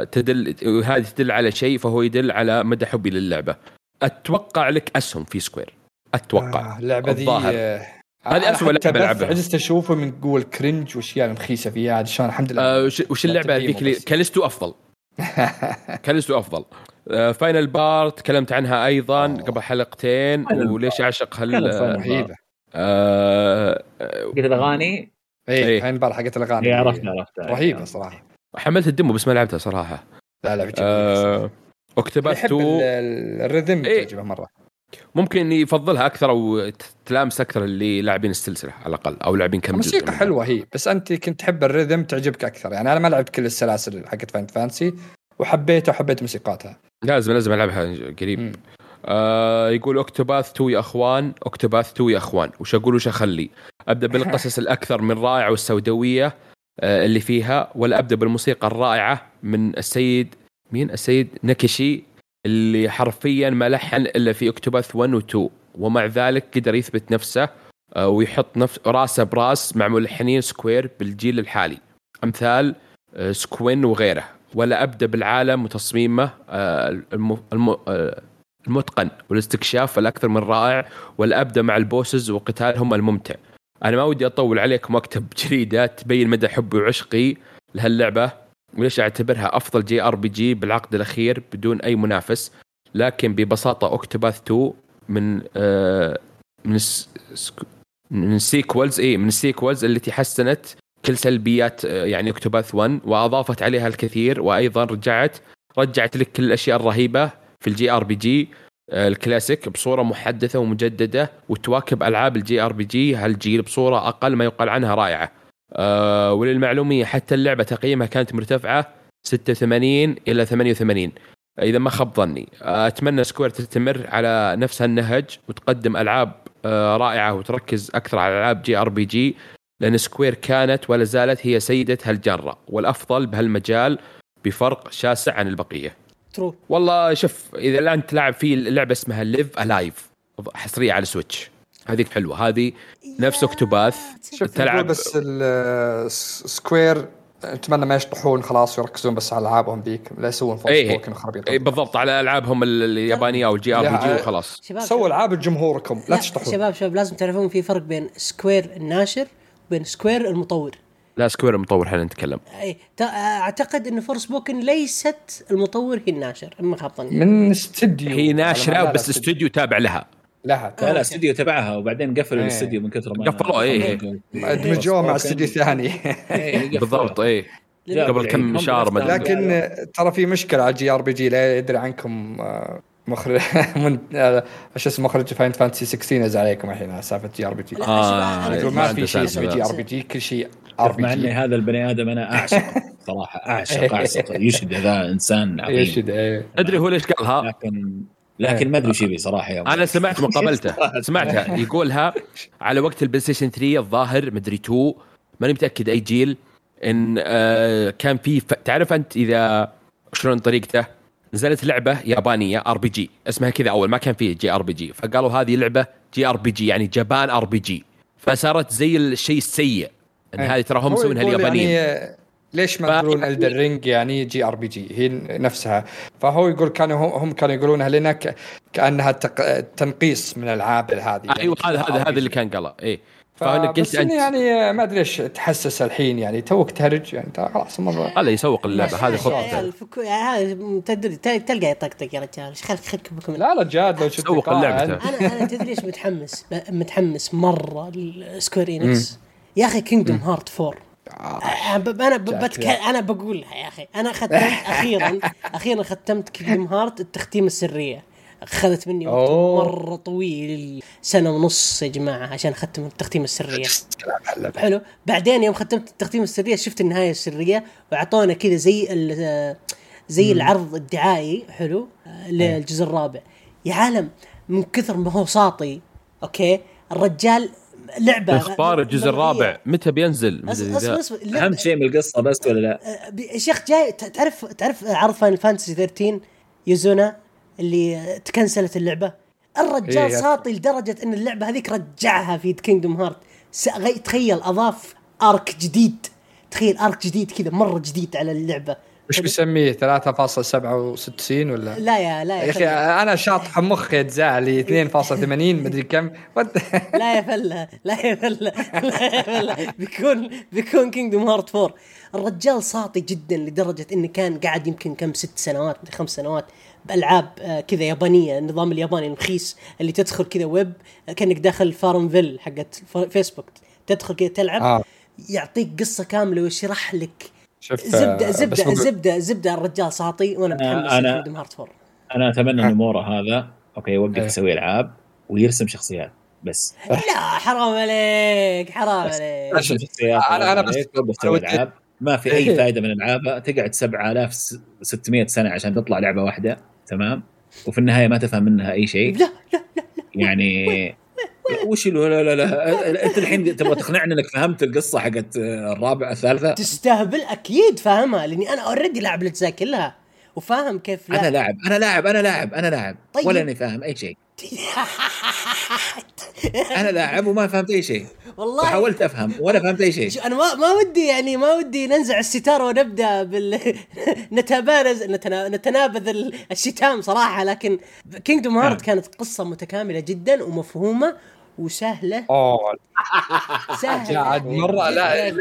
تدل على شيء، فهو يدل على مدى حبي للعبة. أتوقع لك أسهم في سكوير. أتوقع اللعبة ذي هذه أسوأ لعبة لعبها. عجزت أشوفه من قول كرنج وشيء مخيسة فيها. عاد شلون الحمد لله. وش اللعبة هذيك؟ كاليستو أفضل. كاليستو أفضل. فاينل بار تكلمت عنها أيضا قبل حلقتين. وليش أعشق رهيبة. قلت الأغاني. إيه فاينل بار حقت الأغاني. عرفتها رهيبة صراحة. حملت الدمو بس ما لعبتها صراحة. لا لعبة أكتوباث 2 الريذم تعجبه مرة. ممكن يفضلها أكثر أو تلامس أكثر اللي لاعبين السلسلة على الأقل، أو لاعبين كم جزء. موسيقى حلوة هي، بس أنت كنت تحب الريذم تعجبك أكثر. يعني أنا ما لعبت كل السلاسل حقت فاين فانسي وحبيت موسيقاتها. لازم ألعبها قريب. يقول أكتوباث 2 يا أخوان. أكتوباث 2 يا أخوان. وش أقول وش أخلي؟ أبدأ بالقصص الأكثر من رائعة والسوداوية اللي فيها، ولا أبدأ بالموسيقى الرائعة من السيد ناكيشي اللي حرفيا ما لحن إلا في أكتوباث 1 و 2، ومع ذلك قدر يثبت نفسه ويحط راسه براس مع ملحنين سكوير بالجيل الحالي أمثال سكوين وغيره. ولا أبدأ بالعالم وتصميمه المتقن والاستكشاف الأكثر من رائع، والأبدأ مع البوسز وقتالهم الممتع. أنا ما ودي أطول عليكم وأكتب جريدة تبين مدى حبي وعشقي لهاللعبة، وليش أعتبرها أفضل JRPG بالعقد الأخير بدون أي منافس. لكن ببساطة أوكتوباث 2 من السيكوالز التي حسنت كل سلبيات يعني أوكتوباث 1 وأضافت عليها الكثير، وأيضا رجعت لك كل الأشياء الرهيبة في الJRPG الكلاسيك بصورة محدثة ومجددة، وتواكب ألعاب الJRPG هالجيل بصورة أقل ما يقال عنها رائعة. وللمعلومية حتى اللعبة تقييمها كانت مرتفعة 86 إلى 88 إذا ما خاب ظني. أتمنى سكوير تستمر على نفس النهج وتقدم ألعاب رائعة وتركز أكثر على ألعاب JRPG، لأن سكوير كانت ولا زالت هي سيدة هالجرة والأفضل بهالمجال بفرق شاسع عن البقية. ترو. والله شوف، إذا الآن تلعب في لعبة اسمها Live Alive حصرية على سويتش، هذيك حلوة، هذه نفس أوكتوباث تلعب. بس السكوير أتمنى ما يشطحون خلاص ويركزون بس على ألعابهم ذيك، لا يسوون فوسبوك وخرابيط. بالضبط، على ألعابهم اليابانية أو JRPG وخلاص. سووا ألعاب جمهوركم، لا تشطحون. شباب لازم تعرفون في فرق بين سكوير الناشر وبين سكوير المطور. لا، سكوير المطور حنا نتكلم. اعتقد ان فورسبوكن ليست المطور، هي الناشر اما خاطني من استديو، هي ناشره بس استوديو تابع لها. لا استوديو تبعها وبعدين قفلوا الاستوديو من كثر ما قفلوا. ادمجوه مع استوديو ثاني. بالضبط. قبل كم شهر. لكن ترى في مشكله على JRPG، لا يدري عنكم مخرج ايش اسمه مخرج فاين فانتسي 16 ازعل عليكم الحين سالفه JRPG. ما في شيء اسمه JRPG، كل شيء RPG. مع اني هذا البني ادم انا اعشق صراحه، اعشق يشد، هذا انسان عظيم يشد. ادري هو ليش قالها، لكن ما ادري شيء بصراحه. انا سمعت مقابلته سمعتها يقولها على وقت البلاي ستيشن 3 الظاهر، مدري 2 ماني متاكد اي جيل، ان كان في تعرف انت اذا شلون طريقته، نزلت لعبه يابانيه RPG اسمها كذا، اول ما كان فيه JRPG، فقالوا هذه لعبه JRPG يعني جابان RPG، فصارت زي الشيء السيء ان هذه ترى هم مسوينها اليابانيين. يعني ليش ما يقولون Elden Ring يعني JRPG هي نفسها؟ فهو يقول هم كانوا يقولونها لنا كأنها تنقيص من الألعاب هذه. ايوه هذا اللي كان قاله. فانا قلت انت يعني ما ادري ايش تحسس الحين، يعني توك تهرج يعني خلاص مره هلا يسوق اللعبه هذه خطته يعني تدري تلقى يطقطق يا رجال. ايش خلكم بكم؟ لا جاد لو شفت سوق اللعبه. انا تدري ليش متحمس مره سكوير إنكس يا اخي. كينجدوم هارت 4 انا بقولها يا اخي. انا ختمت اخيرا ختمت كينجدوم هارت التختيم السريه. أخذت مني وقت مرة طويل، 1.5 سنة يا جماعة عشان ختم التختيم السرية. حلو. بعدين يوم ختمت التختيم السرية شفت النهاية السرية وعطونا كذا زي العرض الدعائي حلو للجزء الرابع. يا عالم من كثر ما هو ساطي. أوكي الرجال لعبة اخبار الجزء الرابع متى بينزل؟ أهم شيء من القصة بس ولا لا؟ شيخ جاي تعرف عرض فاينل فانتسي 13 يوزونا اللي تكنسلت اللعبة. الرجال ساطي لدرجة ان اللعبة هذيك رجعها في كينجدوم هارت. تخيل اضاف ارك جديد، تخيل ارك جديد كذا مرة جديد على اللعبة. مش بيسميه 3.67 ولا لا يا اخي انا شاطح مخي يتزعل 2.80 مدري كم. لا يا فله بيكون كينجدوم هارت 4. الرجال ساطي جدا لدرجة انه كان قاعد يمكن كم 6 سنوات 5 سنوات بألعاب كذا يابانية، النظام الياباني المخيس اللي تدخل كذا ويب كأنك داخل فارمفيل حقت فيسبوك، تدخل كذا تلعب يعطيك قصة كاملة ويشرح لك زبدة. الرجال ساطي وانا متحمس لكينجدوم هارت 4. انا اتمنى ان مورا هذا يوقف يسوي العاب ويرسم شخصيات بس. لا حرام عليك انا بس العاب ما في اي فائده من العابها. تقعد 7600 سنه عشان تطلع لعبه واحده تمام، وفي النهايه ما تفهم منها اي شيء. لا يعني وش لا انت الحين تبغى تقنعني انك فهمت القصه حقت الرابعه الثالثه؟ تستهبل. اكيد فاهمها لاني انا اوريدي لاعب الاجزاء كلها وفاهم كيف. انا لاعب طيب. ولا اني فاهم اي شيء. انا لاعب وما فهمت اي شيء والله وحاولت افهم ولا فهمت اي شيء. انا ما ودي يعني ما ودي ننزع الستار ونبدا نتنابذ الشتام صراحه، لكن كينجدوم هارت كانت قصه متكامله جدا ومفهومه وسهله. سهله مره. لا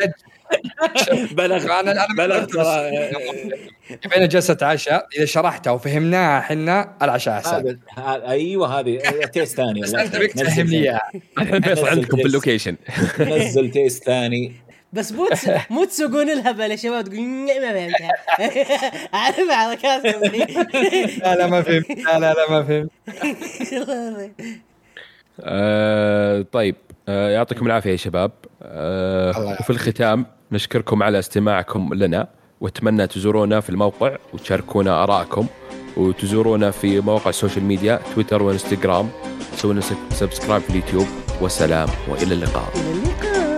بلغ بين جلسة عشاء إذا شرحتها وفهمناها حنا العشاء أحسن. أيوة هذه تيست ثاني. بك تفهمني إياها الحين فيصل عندكم في اللوكيشن. نزل تيست ثاني. بس مو تسوقون الهبل يا شباب تقول ما فهمتها. أعرف على كاس. لا ما فهمت. لا ما فهمت. طيب يعطيكم العافية يا شباب. وفي الختام نشكركم على استماعكم لنا، واتمنى تزورونا في الموقع وتشاركونا آراءكم، وتزورونا في مواقع السوشيال ميديا تويتر وانستغرام، تسوون سبسكرايب في اليوتيوب. والسلام وإلى اللقاء.